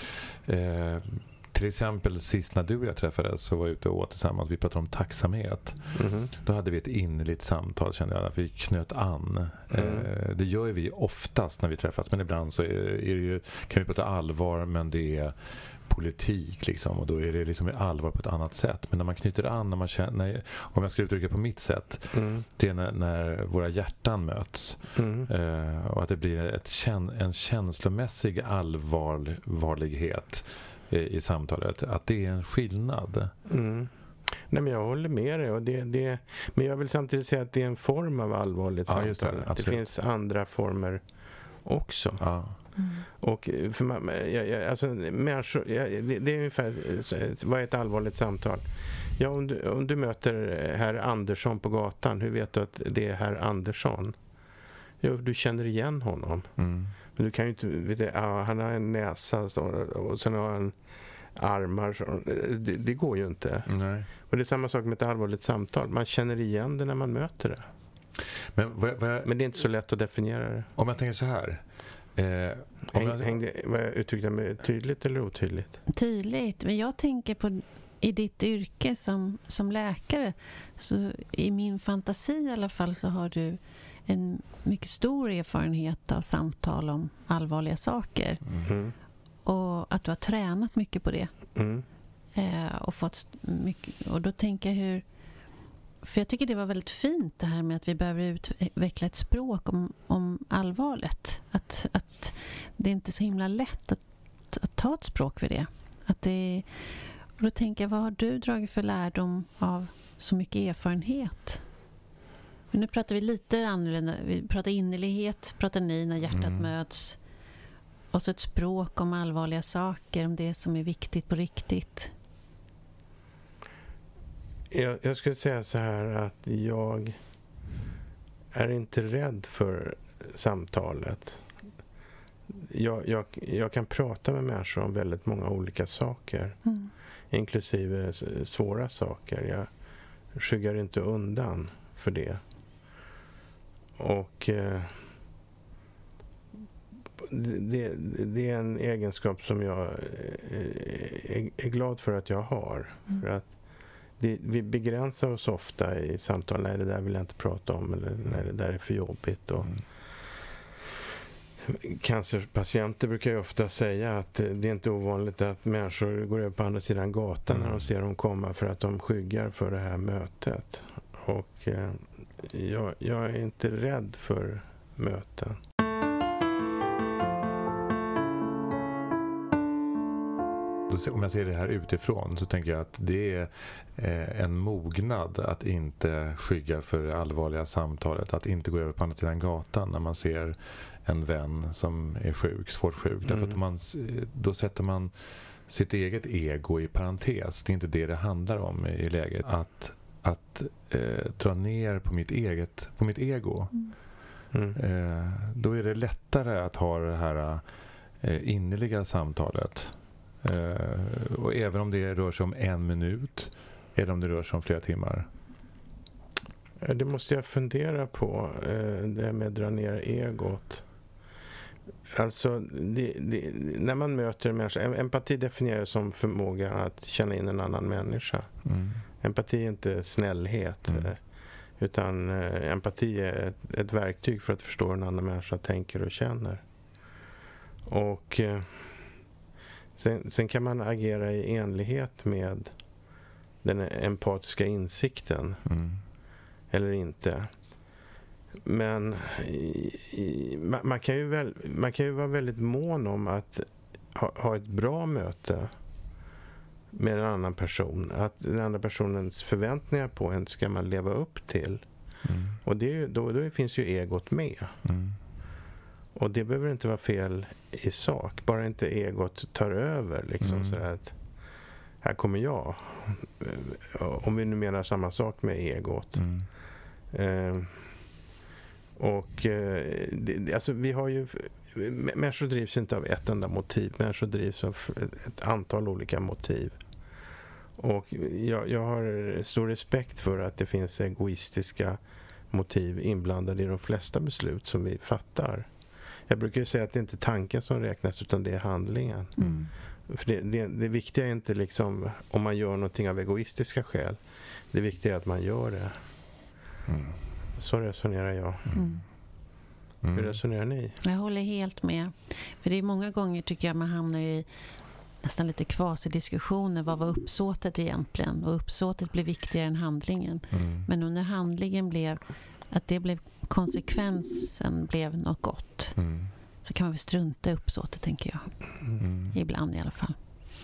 till exempel sist när du och jag träffades, så var jag ute och åt tillsammans. Vi pratade om tacksamhet. Då hade vi ett innerligt samtal, kände jag, att vi knöt an. Det gör vi oftast när vi träffas, men ibland så är det ju, kan vi prata allvar, men det är politik liksom, och då är det liksom allvar på ett annat sätt. Men när man knyter an, när man känner, om jag ska uttrycka på mitt sätt, det är när våra hjärtan möts och att det blir en känslomässig allvarlighet i samtalet, att det är en skillnad. Nej, men jag håller med dig, och men jag vill samtidigt säga att det är en form av allvarligt samtal. Just det finns andra former också. Och för alltså människor, det är ungefär, vad är ett allvarligt samtal? Ja, om du möter herr Andersson på gatan, hur vet du att det är herr Andersson? Jo, du känner igen honom. Men du kan ju inte, han har en näsa och sen har han armar. Det går ju inte. Nej. Och det är samma sak med ett allvarligt samtal. Man känner igen det när man möter det. Men det är inte så lätt att definiera det. Om jag tänker så här. Uttryckte jag mig tydligt eller otydligt? Tydligt, men jag tänker på i ditt yrke som läkare, så i min fantasi i alla fall, så har du en mycket stor erfarenhet av samtal om allvarliga saker. Och att du har tränat mycket på det. Och fått mycket, och då tänker jag för jag tycker det var väldigt fint det här med att vi behöver utveckla ett språk om allvaret. Att det är inte så himla lätt att ta ett språk för det. Och då tänker jag, vad har du dragit för lärdom av så mycket erfarenhet? Men nu pratar vi lite annorlunda. Vi pratar innerlighet, pratar ni när hjärtat möts. Och så ett språk om allvarliga saker, om det som är viktigt på riktigt. Jag skulle säga så här att jag är inte rädd för samtalet. Jag kan prata med människor om väldigt många olika saker. Inklusive svåra saker. Jag skyggar inte undan för det. Och det är en egenskap som jag är glad för att jag har. För att vi begränsar oss ofta i samtal. Nej, det där vill jag inte prata om. Eller nej, det där är för jobbigt. Och cancerpatienter brukar ju ofta säga att det är inte ovanligt att människor går över på andra sidan gatan när de ser dem komma, för att de skyggar för det här mötet. Och jag är inte rädd för möten. Om jag ser det här utifrån så tänker jag att det är en mognad att inte skygga för det allvarliga samtalet, att inte gå över på andra sidan gatan när man ser en vän som är sjuk, svårt sjuk. Därför att då sätter man sitt eget ego i parentes. Det är inte det handlar om i läget. Att dra ner på mitt ego. Då är det lättare att ha det här innerliga samtalet. Och även om det rör sig om 1 minut eller om det rör sig om flera timmar. Det måste jag fundera på, det med att dra ner egot. Alltså när man möter en människa, empati definieras som förmåga att känna in en annan människa. Empati är inte snällhet, utan empati är ett verktyg för att förstå hur en annan människa tänker och känner. Och sen kan man agera i enlighet med den empatiska insikten eller inte. Men man kan ju vara väldigt mån om att ha ett bra möte med en annan person. Att den andra personens förväntningar på en ska man leva upp till. Och då finns ju egot med. Och det behöver inte vara fel i sak. Bara inte egot tar över. Liksom, så att här kommer jag. Om vi nu menar samma sak med egot. Alltså vi har ju... Människor drivs inte av ett enda motiv. Människor drivs av ett antal olika motiv. Och jag har stor respekt för att det finns egoistiska motiv inblandade i de flesta beslut som vi fattar. Jag brukar ju säga att det inte är tanken som räknas, utan det är handlingen. För det viktiga är inte liksom om man gör någonting av egoistiska skäl. Det viktiga är att man gör det. Så resonerar jag. Hur resonerar ni? Jag håller helt med. För det är många gånger tycker jag man hamnar i nästan lite kvasidiskussioner. Vad var uppsåtet egentligen? Och uppsåtet blev viktigare än handlingen. Men när handlingen blev att det blev konsekvensen blev något gott, så kan man väl strunta i uppsåtet, tänker jag. Ibland i alla fall.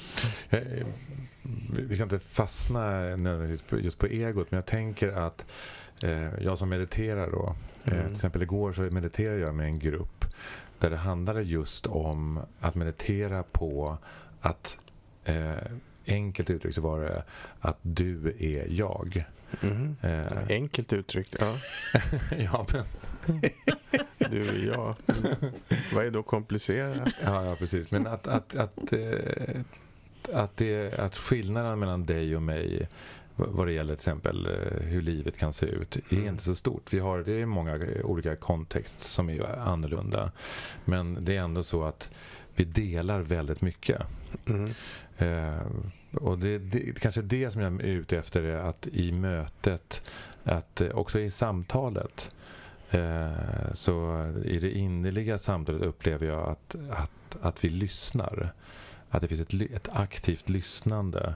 Vi ska inte fastna nödvändigtvis just på egot, men jag tänker att jag som mediterar då, till exempel igår så mediterade jag med en grupp där det handlade just om att meditera på att enkelt uttryckt så var det att du är jag. Enkelt uttryckt, ja. Ja, men du och jag. Vad är då komplicerat? Ja, precis. Men att skillnaden mellan dig och mig vad det gäller till exempel hur livet kan se ut är inte så stort. Det är många olika kontexter som är annorlunda. Men det är ändå så att vi delar väldigt mycket. Och det kanske det som jag är ute efter är att i mötet, att också i samtalet, så i det innerliga samtalet upplever jag att vi lyssnar. Att det finns ett aktivt lyssnande.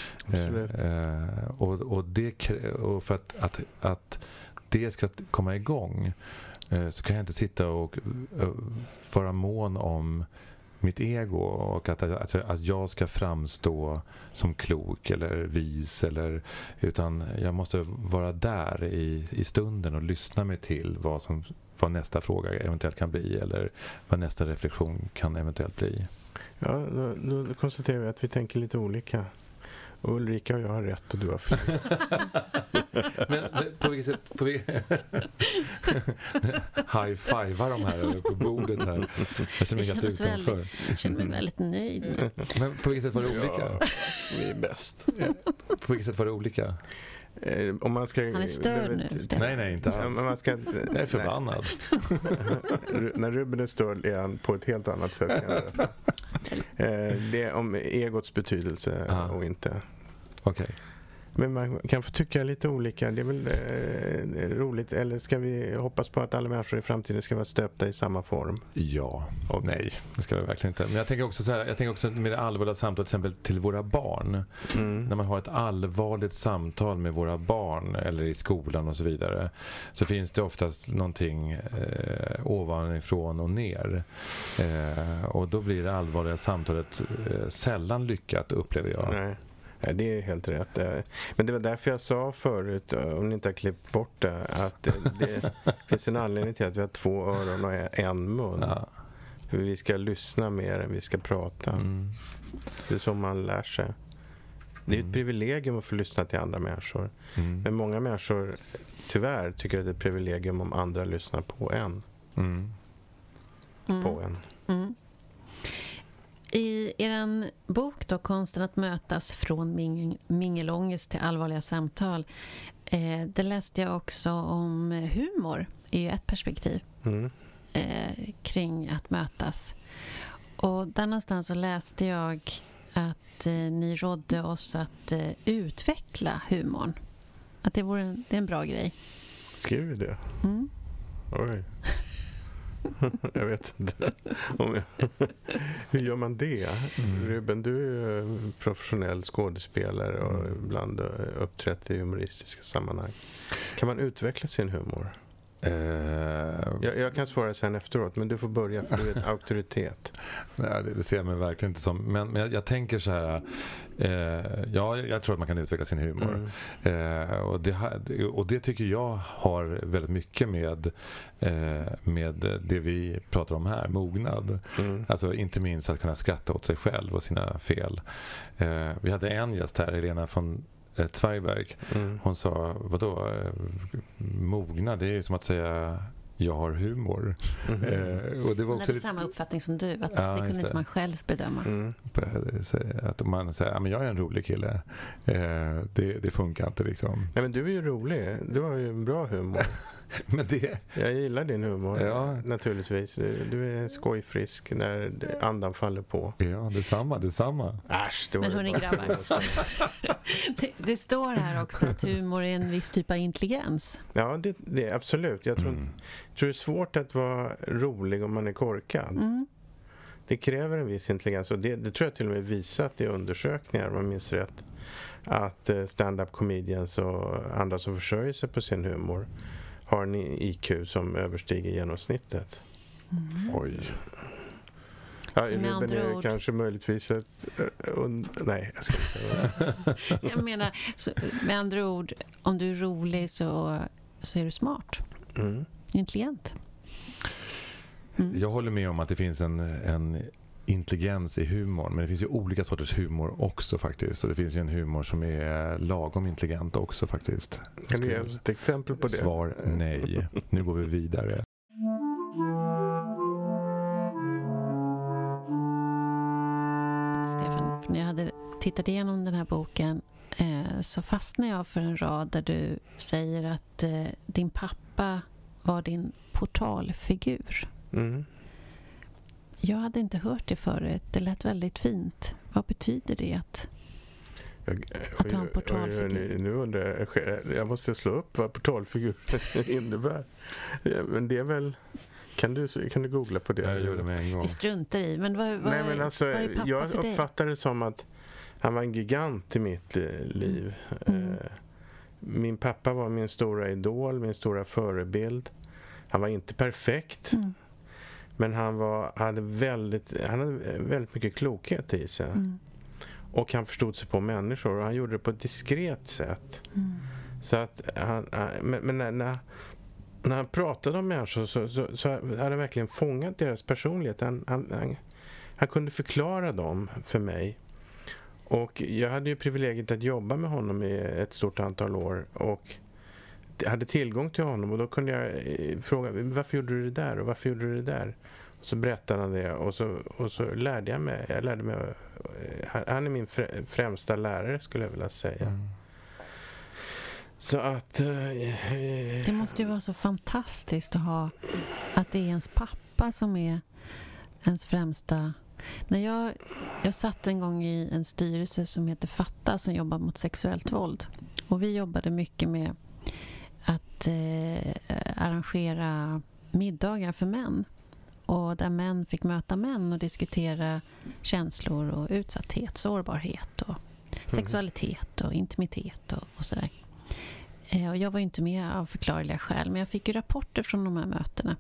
Och för att det ska komma igång så kan jag inte sitta och vara mån om mitt ego och att jag ska framstå som klok eller vis utan jag måste vara där i stunden och lyssna mig till vad nästa fråga eventuellt kan bli eller vad nästa reflektion kan eventuellt bli. Ja, då konstaterar vi att vi tänker lite olika. Och Ulrika och jag har rätt och du har fel. Men på vilket sätt high-fivar de här på bordet här. Jag känner mig väldigt nöjd. Men på vilket sätt var det olika? Ja, vi är bäst. På vilket sätt var det olika? Om man ska, han är störd nu. Nej, inte alls. Jag är förbannad. När Ruben är störd är han på ett helt annat sätt. Det är om egots betydelse och inte. Okej. Men man kan få tycka lite olika. Det är väl roligt. Eller ska vi hoppas på att alla människor i framtiden ska vara stöpta i samma form? Ja. Och nej, det ska vi verkligen inte. Men jag tänker också så här, jag tänker också med det allvarliga samtalet till exempel till våra barn. När man har ett allvarligt samtal med våra barn eller i skolan och så vidare, så finns det oftast någonting ovanifrån och ner. Och då blir det allvarliga samtalet sällan lyckat, upplever jag. Nej. Ja, det är helt rätt. Men det var därför jag sa förut, om ni inte har klippt bort det, att det finns en anledning till att vi har 2 öron och en mun. Ja. För vi ska lyssna mer än vi ska prata. Det är så man lär sig. Det är ett privilegium att få lyssna till andra människor. Men många människor tyvärr tycker att det är ett privilegium om andra lyssnar på en. På en. I er bok då, Konsten att mötas från mingelångest till allvarliga samtal, det läste jag också om humor är ju ett perspektiv kring att mötas. Och där någonstans så läste jag att ni rådde oss att utveckla humorn. Att det är en bra grej. Skriver vi det? Oj. Jag vet inte. Hur gör man det? Ruben, du är professionell skådespelare och ibland uppträtt i humoristiska sammanhang. Kan man utveckla sin humor? Jag kan svara sen efteråt, men du får börja för du är en auktoritet. Nej, det ser jag mig verkligen inte som. Men jag tänker så här, jag tror att man kan utveckla sin humor. Och det tycker jag har väldigt mycket med det vi pratar om här, mognad. Alltså inte minst att kunna skratta åt sig själv och sina fel. Vi hade en gäst här, Helena från Tvärberg. Hon sa, vadå, mogna, det är ju som att säga jag har humor. Och det var också samma uppfattning som du, att det kunde inte man själv bedöma. Att man säger, men jag är en rolig kille. Det funkar inte liksom. Nej, men du är ju rolig. Du har ju en bra humor. Men jag gillar din humor, naturligtvis. Du är skojfrisk när andan faller på. Ja, detsamma. Äsch, men hörni grabbar, det står här också att humor är en viss typ av intelligens. Ja, det är absolut. Jag tror det är svårt att vara rolig om man är korkad. Det kräver en viss intelligens, och det tror jag till och med visat i undersökningar, om man minns rätt, att stand-up comedians och andra som försörjer sig på sin humor har en IQ som överstiger genomsnittet. Oj. Ja, Ruben är kanske möjligtvis nej, jag ska inte säga. Jag menar, med andra ord, om du är rolig så är du smart. Intelligent. Jag håller med om att det finns en intelligens i humor, men det finns ju olika sorters humor också faktiskt, och det finns ju en humor som är lagom intelligent också faktiskt. Kan du ge oss ett exempel på det? Svar nej. Nu går vi vidare. För när jag hade tittat igenom den här boken så fastnade jag för en rad där du säger att din pappa var din portalfigur. Mm. Jag hade inte hört det förut. Det lät väldigt fint. Vad betyder det att ha en portalfigur? Nu undrar jag måste slå upp vad portalfigur innebär. Men det är väl... Kan du googla på det? Jag gjorde det med en gång. Vi struntar i. Men vad är pappa jag för dig? uppfattar det som att han var en gigant i mitt liv. Min pappa var min stora idol, min stora förebild. Han var inte perfekt. Men han hade väldigt mycket klokhet i sig. Och han förstod sig på människor. Och han gjorde det på ett diskret sätt. Så att men när han pratade om människor så hade han verkligen fångat deras personlighet. Han kunde förklara dem för mig. Och jag hade ju privilegiet att jobba med honom i ett stort antal år. Och hade tillgång till honom. Och då kunde jag fråga, varför gjorde du det där? Och varför gjorde du det där? Och så berättade han det. Och så lärde jag mig. Han är min främsta lärare, skulle jag vilja säga. Så att... det måste ju vara så fantastiskt att ha... Att det är ens pappa som är ens främsta... När jag satt en gång i en styrelse som heter Fatta, som jobbar mot sexuellt våld. Och vi jobbade mycket med att arrangera middagar för män. Och där män fick möta män och diskutera känslor och utsatthet, sårbarhet och sexualitet och intimitet och sådär. Och jag var ju inte med av förklarliga skäl, men jag fick ju rapporter från de här mötena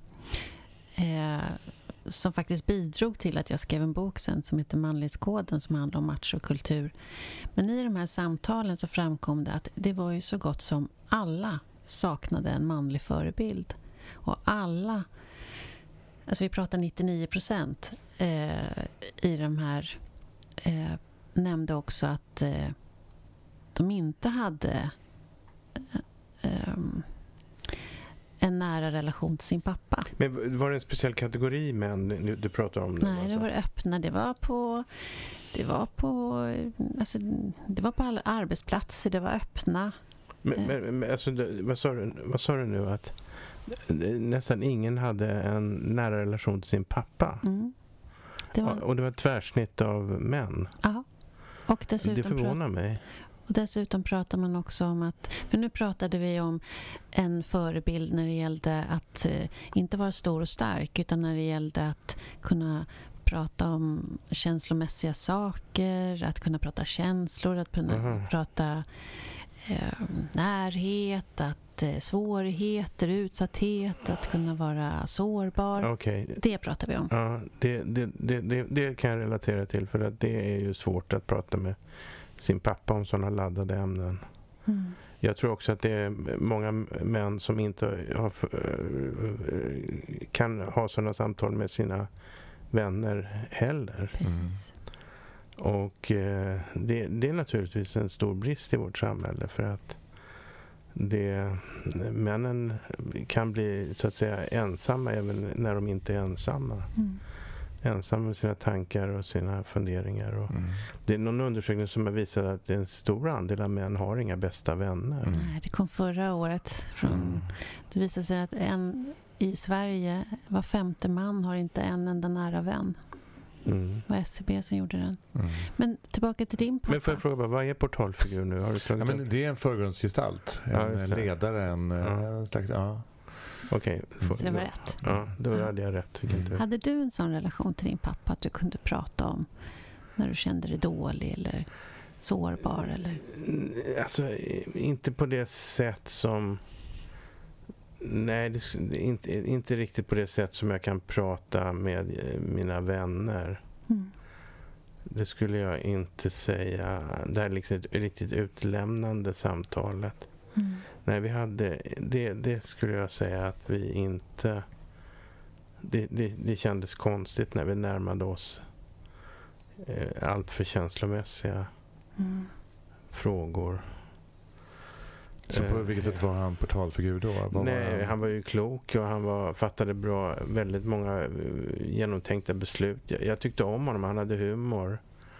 som faktiskt bidrog till att jag skrev en bok sen som heter Manlighetskoden, som handlar om machokultur. Men i de här samtalen så framkom det att det var ju så gott som alla saknade en manlig förebild. Och alla, alltså vi pratar 99% i de här nämnde också att de inte hade en nära relation till sin pappa. Men var det en speciell kategori män du pratar om? Nej, det var öppna. Det var på alla arbetsplatser. Det var öppna. Men alltså, vad sa du nu? Att nästan ingen hade en nära relation till sin pappa? Och det var ett tvärsnitt av män? Ja. Och dessutom det förvånar mig. Och dessutom pratar man också om att, för nu pratade vi om en förebild när det gällde att inte vara stor och stark, utan när det gällde att kunna prata om känslomässiga saker, att kunna prata känslor, att kunna prata närhet, att svårigheter, utsatthet, att kunna vara sårbar. Okay. Det pratar vi om. Ja, det kan jag relatera till, för att det är ju svårt att prata med sin pappa om sådana laddade ämnen. Jag tror också att det är många män som inte kan ha sådana samtal med sina vänner heller. Precis. Och det är naturligtvis en stor brist i vårt samhälle, för att männen kan bli så att säga ensamma även när de inte är ensamma. Ensamma med sina tankar och sina funderingar. Och det är någon undersökning som har visat att en stor andel av män har inga bästa vänner. Nej, det kom förra året. Det visade sig att i Sverige var 5:e man har inte en enda nära vän. Det var SCB som gjorde den. Men tillbaka till din pappa. Men får jag fråga, vad är portalfigur nu? Har du slagit men det är en förgrundsgestalt. En ledare, en slags... Ja. Okej. Så det var rätt. Ja, då hade jag rätt. Hade du en sån relation till din pappa att du kunde prata om när du kände dig dålig eller sårbar? Eller? Alltså, inte på det sätt som... Nej, inte riktigt på det sätt som jag kan prata med mina vänner. Det skulle jag inte säga. Det är liksom ett riktigt utlämnande samtalet. Nej, vi hade... Det skulle jag säga att vi inte... Det kändes konstigt när vi närmade oss allt för känslomässiga frågor. Så på vilket sätt var han portalfigur då? Han var ju klok och han fattade väldigt många genomtänkta beslut. Jag tyckte om honom, han hade humor.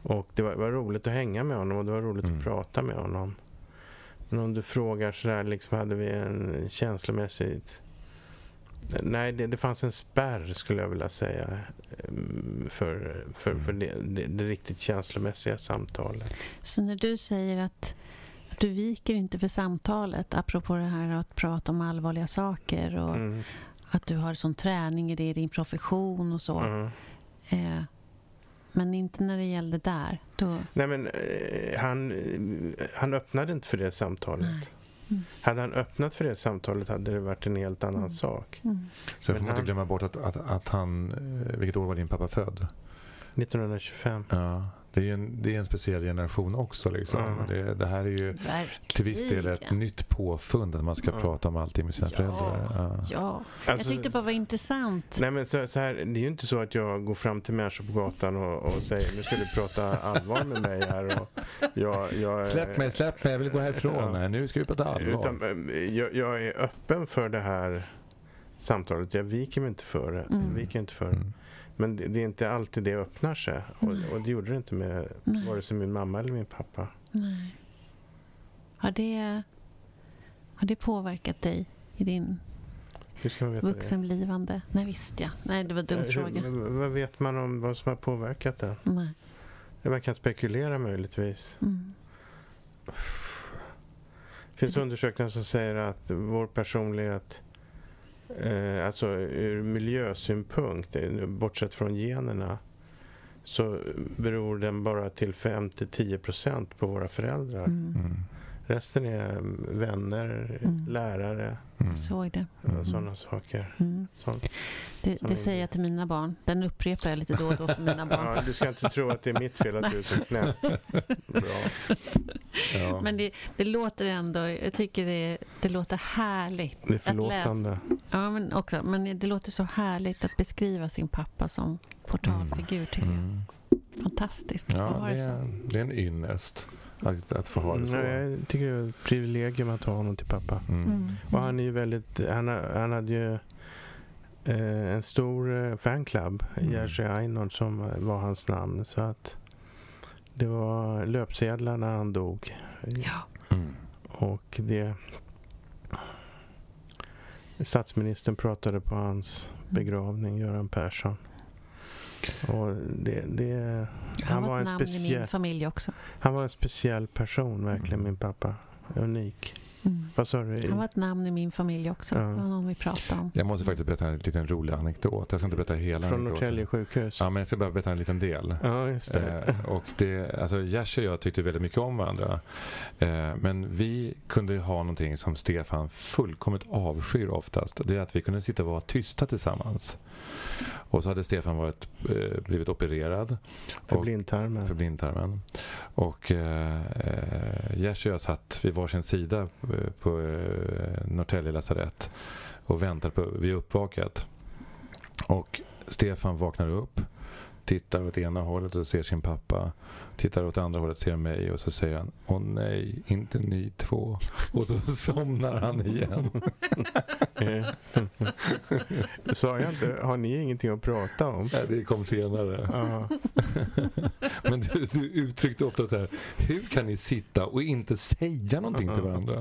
Och det var roligt att hänga med honom och det var roligt att prata med honom. Men om du frågar så där, liksom, hade vi en känslomässigt... Nej, det fanns en spärr, skulle jag vilja säga, för det riktigt känslomässiga samtalet. Så när du säger att du viker inte för samtalet, apropå det här att prata om allvarliga saker och att du har sån träning i det i din profession och så. Men inte när det gällde där. Då... Nej, men han öppnade inte för det samtalet. Hade han öppnat för det samtalet hade det varit en helt annan sak. Så får man inte glömma bort att han... Vilket år var din pappa född? 1925. Ja, det är en speciell generation också. Liksom. Det här är ju till viss del ett nytt påfund att man ska prata om allting med sina föräldrar. Ja. Jag tyckte bara var intressant. Nej, men så här, det är ju inte så att jag går fram till människor på gatan och säger nu ska du prata allvar med mig här. Och jag släpp mig, jag vill gå härifrån. Nej, nu ska vi prata allvar. Utan, jag är öppen för det här samtalet. Jag viker mig inte för det. Men det är inte alltid det öppnar sig. Och det gjorde det inte med vare sig min mamma eller min pappa. Nej. Har det påverkat dig i din vuxenblivande? Nej, visst ja. Nej, det var en dum fråga. Vad vet man om vad som har påverkat det? Nej. Man kan spekulera möjligtvis. Det finns undersökningar som säger att vår personlighet, alltså ur miljösynpunkt, bortsett från generna, så beror den bara till 5-10% på våra föräldrar. Resten är vänner, lärare. Såg det. Sådana saker. Det säger jag till mina barn. Den upprepar jag lite då och då för mina barn. Ja, du ska inte tro att det är mitt fel att du är så knäpp. Bra. Ja. Men det låter ändå, jag tycker det låter härligt. Det är förlåtande. Att läsa. Ja, men det låter så härligt att beskriva sin pappa som portalfigur, tycker jag. Fantastiskt. Ja, det är en ynnest att få ha det så. Jag tycker det är ett privilegium att ha honom till pappa. Och han är ju väldigt, han hade ju en stor fanclub, Jerzy Einhorn, som var hans namn, så att det var löpsedlar när han dog. Ja. Och statsministern pratade på hans begravning, Göran Persson. Och han var en speciell, i min familj också. Han var en speciell person, verkligen, min pappa. Unik. Vad sa du? Han var ett namn i min familj också. Det var någon vi pratade om. Jag måste faktiskt berätta en liten rolig anekdot. Jag ska inte berätta hela från Norrtälje sjukhus. Ja, men jag ska bara berätta en liten del. Ja, just det. Och alltså Jerzy och jag tyckte väldigt mycket om varandra. Men vi kunde ha någonting som Stefan fullkomligt avskyr oftast. Det är att vi kunde sitta och vara tysta tillsammans. Och så hade Stefan blivit opererad. För blindtarmen. Och Jerzy och jag satt vid varsin sida på Norrtälje lasarett och väntade vid uppvaket. Och Stefan vaknar upp, tittar åt ena hållet och ser sin pappa, tittar åt andra hållet och ser mig, och så säger han: åh nej, inte ni två. Och så somnar han igen. Sa jag inte, har ni ingenting att prata om? Ja, det kom senare. Men du uttryckte ofta så här: hur kan ni sitta och inte säga någonting till varandra?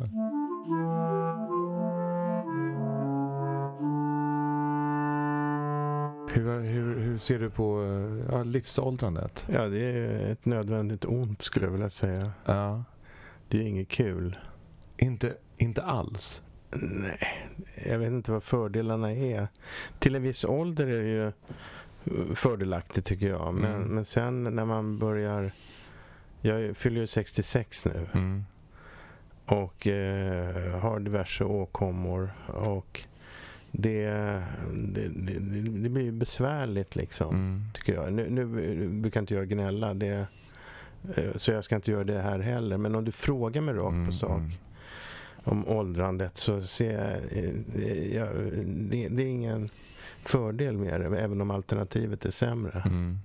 Hur ser du på livsåldrandet? Ja, det är ett nödvändigt ont, skulle jag vilja säga. Ja. Det är inget kul. Inte alls? Nej, jag vet inte vad fördelarna är. Till en viss ålder är det ju fördelaktigt, tycker jag. Men sen när man börjar... Jag fyller ju 66 nu. Och har diverse åkommor. Och det blir besvärligt, liksom, tycker jag. Nu brukar inte jag gnälla. Så jag ska inte göra det här heller. Men om du frågar mig rakt på sak om åldrandet, så ser jag det är ingen fördel med det, även om alternativet är sämre.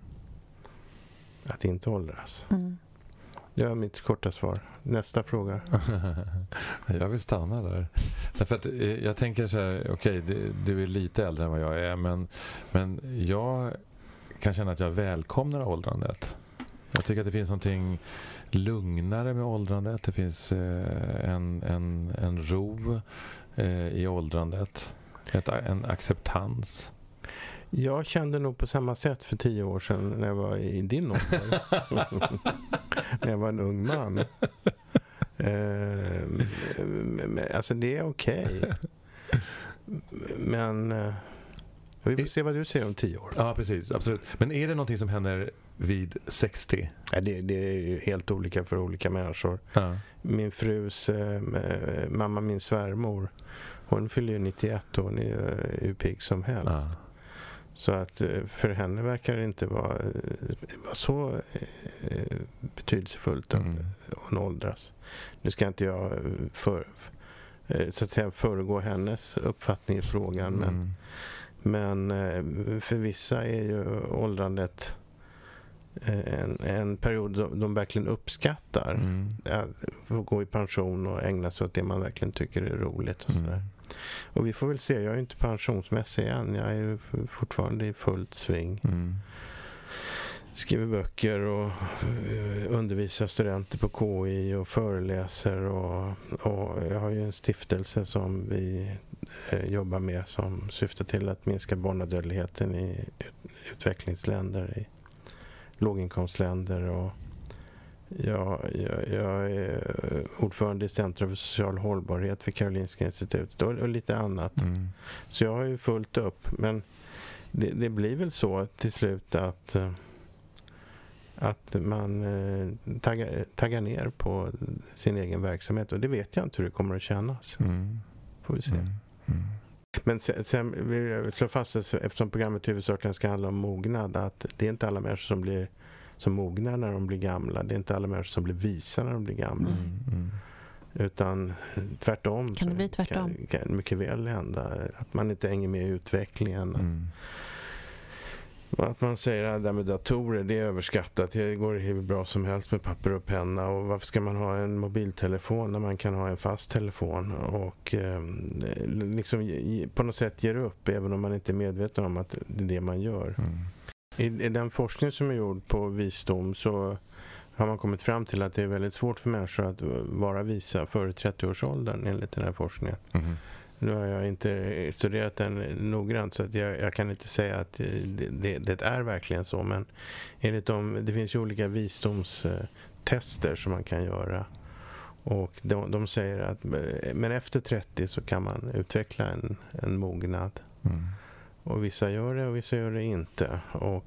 Att inte åldras. Det var mitt korta svar. Nästa fråga. Jag vill stanna där. Därför att jag tänker så här: okej, du är lite äldre än vad jag är, men jag kan känna att jag välkomnar åldrandet. Jag tycker att det finns någonting lugnare med åldrandet. Det finns en ro i åldrandet. En acceptans. Jag kände nog på samma sätt för 10 år sedan när jag var i din ålder. När jag var en ung man. Alltså det är okej. Men vi får se vad du säger om 10 år. Ja, precis. Absolut. Men är det någonting som händer vid 60? Ja, det är ju helt olika för olika människor. Ja. Min frus mamma, min svärmor, hon fyller ju 91 och hon är ju pigg som helst. Ja. Så att för henne verkar det inte vara så betydelsefullt att hon åldras. Nu ska inte jag så att säga föregå hennes uppfattning i frågan, men för vissa är ju åldrandet en period de verkligen uppskattar. Att gå i pension och ägna sig åt det man verkligen tycker är roligt och sådär. Och vi får väl se, jag är ju inte pensionsmässig än, jag är ju fortfarande i fullt sving. Skriver böcker och undervisar studenter på KI och föreläser och jag har ju en stiftelse som vi jobbar med som syftar till att minska barnadödligheten i utvecklingsländer, i låginkomstländer, och jag är ordförande i Centrum för social hållbarhet vid Karolinska institutet och lite annat. Så jag har ju fullt upp, men det blir väl så till slut att man taggar ner på sin egen verksamhet, och det vet jag inte hur det kommer att kännas. Får vi se. Men sen vill jag slå fast, eftersom programmet huvudsakligen ska handla om mognad, att det är inte alla människor som mognar när de blir gamla. Det är inte alla människor som blir visa när de blir gamla. Utan tvärtom. Kan det bli tvärtom? Kan mycket väl hända att man inte hänger med i utvecklingen. Att man säger att det där med datorer, det är överskattat. Det går hur bra som helst med papper och penna. Och varför ska man ha en mobiltelefon när man kan ha en fast telefon? Och liksom på något sätt ger upp, även om man inte är medveten om att det är det man gör. I den forskning som är gjord på visdom så har man kommit fram till att det är väldigt svårt för människor att vara visa före 30-årsåldern enligt den här forskningen. Nu har jag inte studerat den noggrant, så att jag kan inte säga att det är verkligen så, men enligt det finns ju olika visdomstester som man kan göra, och de säger att men efter 30 så kan man utveckla en mognad. Och vissa gör det och vissa gör det inte, och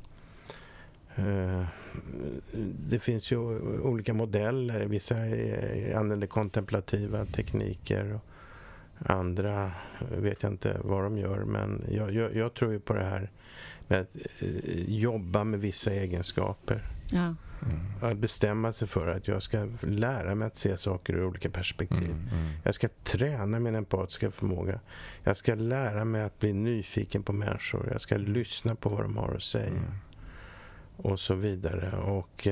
det finns ju olika modeller. Vissa använder kontemplativa tekniker och andra vet jag inte vad de gör, men jag tror ju på det här med att jobba med vissa egenskaper. Att bestämma sig för att jag ska lära mig att se saker ur olika perspektiv. Jag ska träna min empatiska förmåga. Jag ska lära mig att bli nyfiken på människor. Jag ska lyssna på vad de har att säga. Och så vidare. Och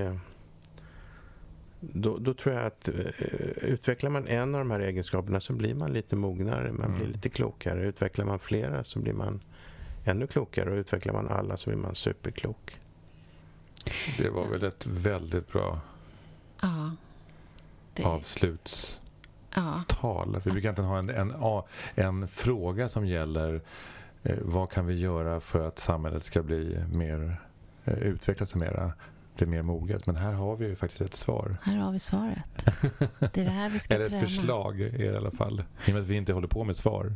då tror jag att utvecklar man en av de här egenskaperna så blir man lite mognare. Man blir lite klokare. Utvecklar man flera så blir man ännu klokare. Och utvecklar man alla så blir man superklok. Det var väl ett väldigt bra avslutstal. Vi brukar inte ha en fråga som gäller vad kan vi göra för att samhället ska bli mer utvecklas mera, bli mer moget. Men här har vi ju faktiskt ett svar. Här har vi svaret. Det är det här vi ska eller ett träna. förslag är det i alla fall. I och med att vi inte håller på med svar.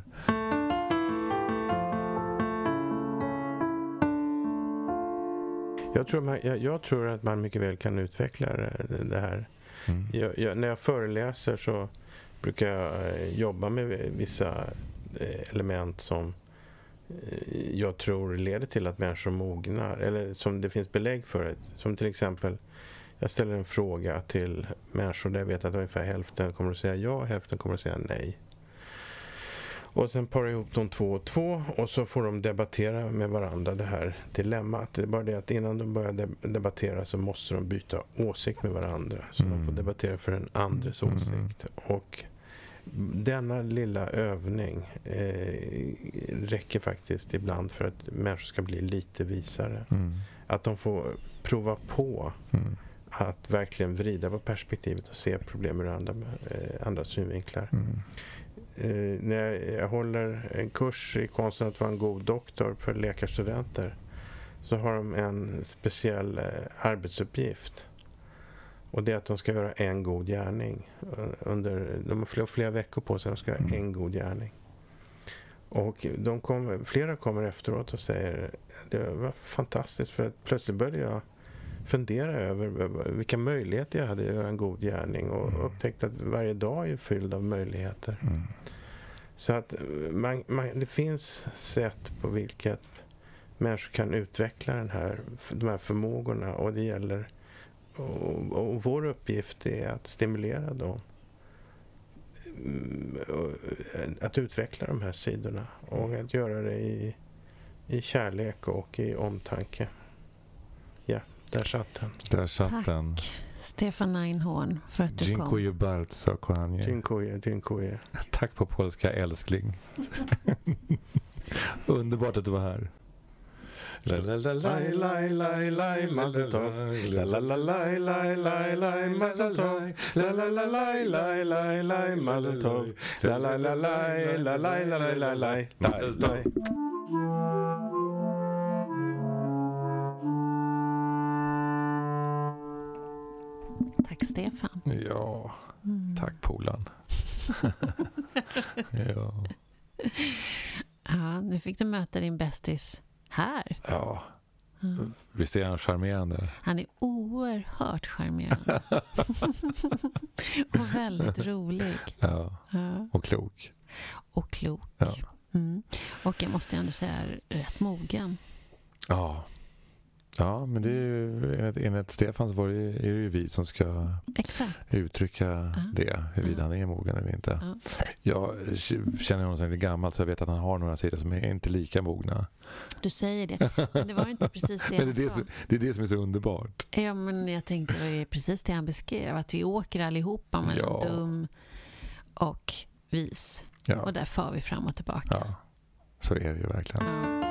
Jag tror att man mycket väl kan utveckla det här. När jag föreläser så brukar jag jobba med vissa element som jag tror leder till att människor mognar, eller som det finns belägg för. Som till exempel, jag ställer en fråga till människor där jag vet att ungefär hälften kommer att säga ja, hälften kommer att säga nej. Och sen parar ihop de 2 och 2 och så får de debattera med varandra det här dilemmat. Det är bara det att innan de börjar debattera så måste de byta åsikt med varandra. Så de får debattera för en andres åsikt. Och denna lilla övning räcker faktiskt ibland för att människor ska bli lite visare. att de får prova på att verkligen vrida på perspektivet och se problem ur andra synvinklar. När jag håller en kurs i konsten att vara en god doktor för läkarstudenter, så har de en speciell arbetsuppgift. Och det är att de ska göra en god gärning. De har flera veckor på sig, de ska göra en god gärning. Och flera kommer efteråt och säger, det var fantastiskt, för att plötsligt började jag fundera över vilka möjligheter jag hade att göra en god gärning, och upptäckte att varje dag är fylld av möjligheter. Så att det finns sätt på vilket människor kan utveckla de här förmågorna, och det gäller, och vår uppgift är att stimulera dem att utveckla de här sidorna, och att göra det i kärlek och i omtanke. Ja, där satt den. Där satt den. Tack, Stefan Einhorn, för att du kom. Dziękuję bardzo, kochanie. Dziękuję. Tack på polska, älskling. Underbart att du var här. La la la la la la la mazel tov. La la la la la la la mazel tov. La la la la la la la mazel tov. La la la la la la la la la mazel tov. Tack Stefan. Ja, tack Polan. Ja. Ja, nu fick du möta din bästis här. Ja, visst är han charmerande? Han är oerhört charmerande. Och väldigt rolig. Ja, och klok. Och klok. Ja. Och jag måste ändå säga rätt mogen. Ja, men det är ju, enligt Stefan så är det ju vi som ska uttrycka det, huruvida han är mogen eller inte. Jag känner honom som lite gammal, så jag vet att han har några sidor som är inte lika mogna. Du säger det, men det var inte precis det han sa. Det är det som är så underbart. Ja, men jag tänkte det var precis det han beskrev, att vi åker allihopa mellan dum och vis. Ja. Och där far vi fram och tillbaka. Ja, så är det ju verkligen.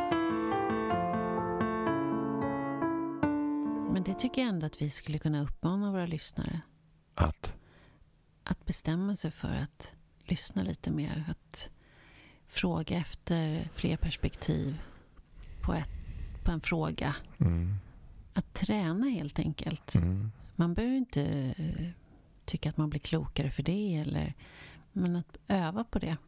Men det tycker jag ändå att vi skulle kunna uppmana våra lyssnare. Att bestämma sig för att lyssna lite mer. Att fråga efter fler perspektiv på en fråga. Att träna helt enkelt. Man behöver inte tycka att man blir klokare för det. Men att öva på det.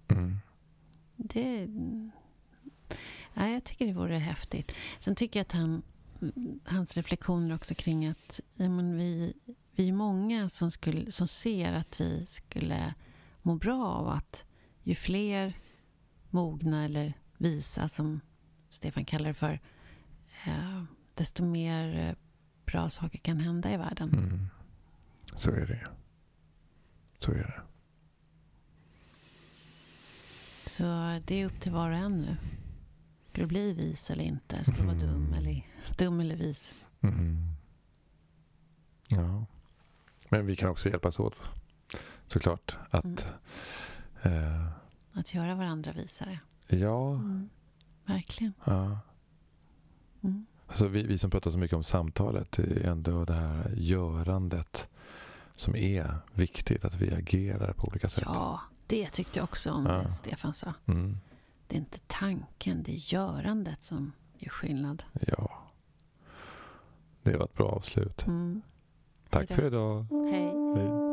Jag tycker det vore häftigt. Sen tycker jag att hans reflektioner också kring att vi är många som ser att vi skulle må bra av att ju fler mogna eller visa, som Stefan kallar det för, desto mer bra saker kan hända i världen. Så är det. Så är det. Så det är upp till var och en nu. Ska du bli vis eller inte? Ska du vara dum eller vis? Ja. Men vi kan också hjälpas åt, såklart. Att göra varandra visare. Ja. Verkligen. Ja. Alltså vi som pratar så mycket om samtalet, det är ändå det här görandet som är viktigt, att vi agerar på olika sätt. Ja, det tyckte jag också om Stefan sa. Det är inte tanken, det är görandet som gör skillnad. Ja. Det var ett bra avslut. Tack för idag. Hej.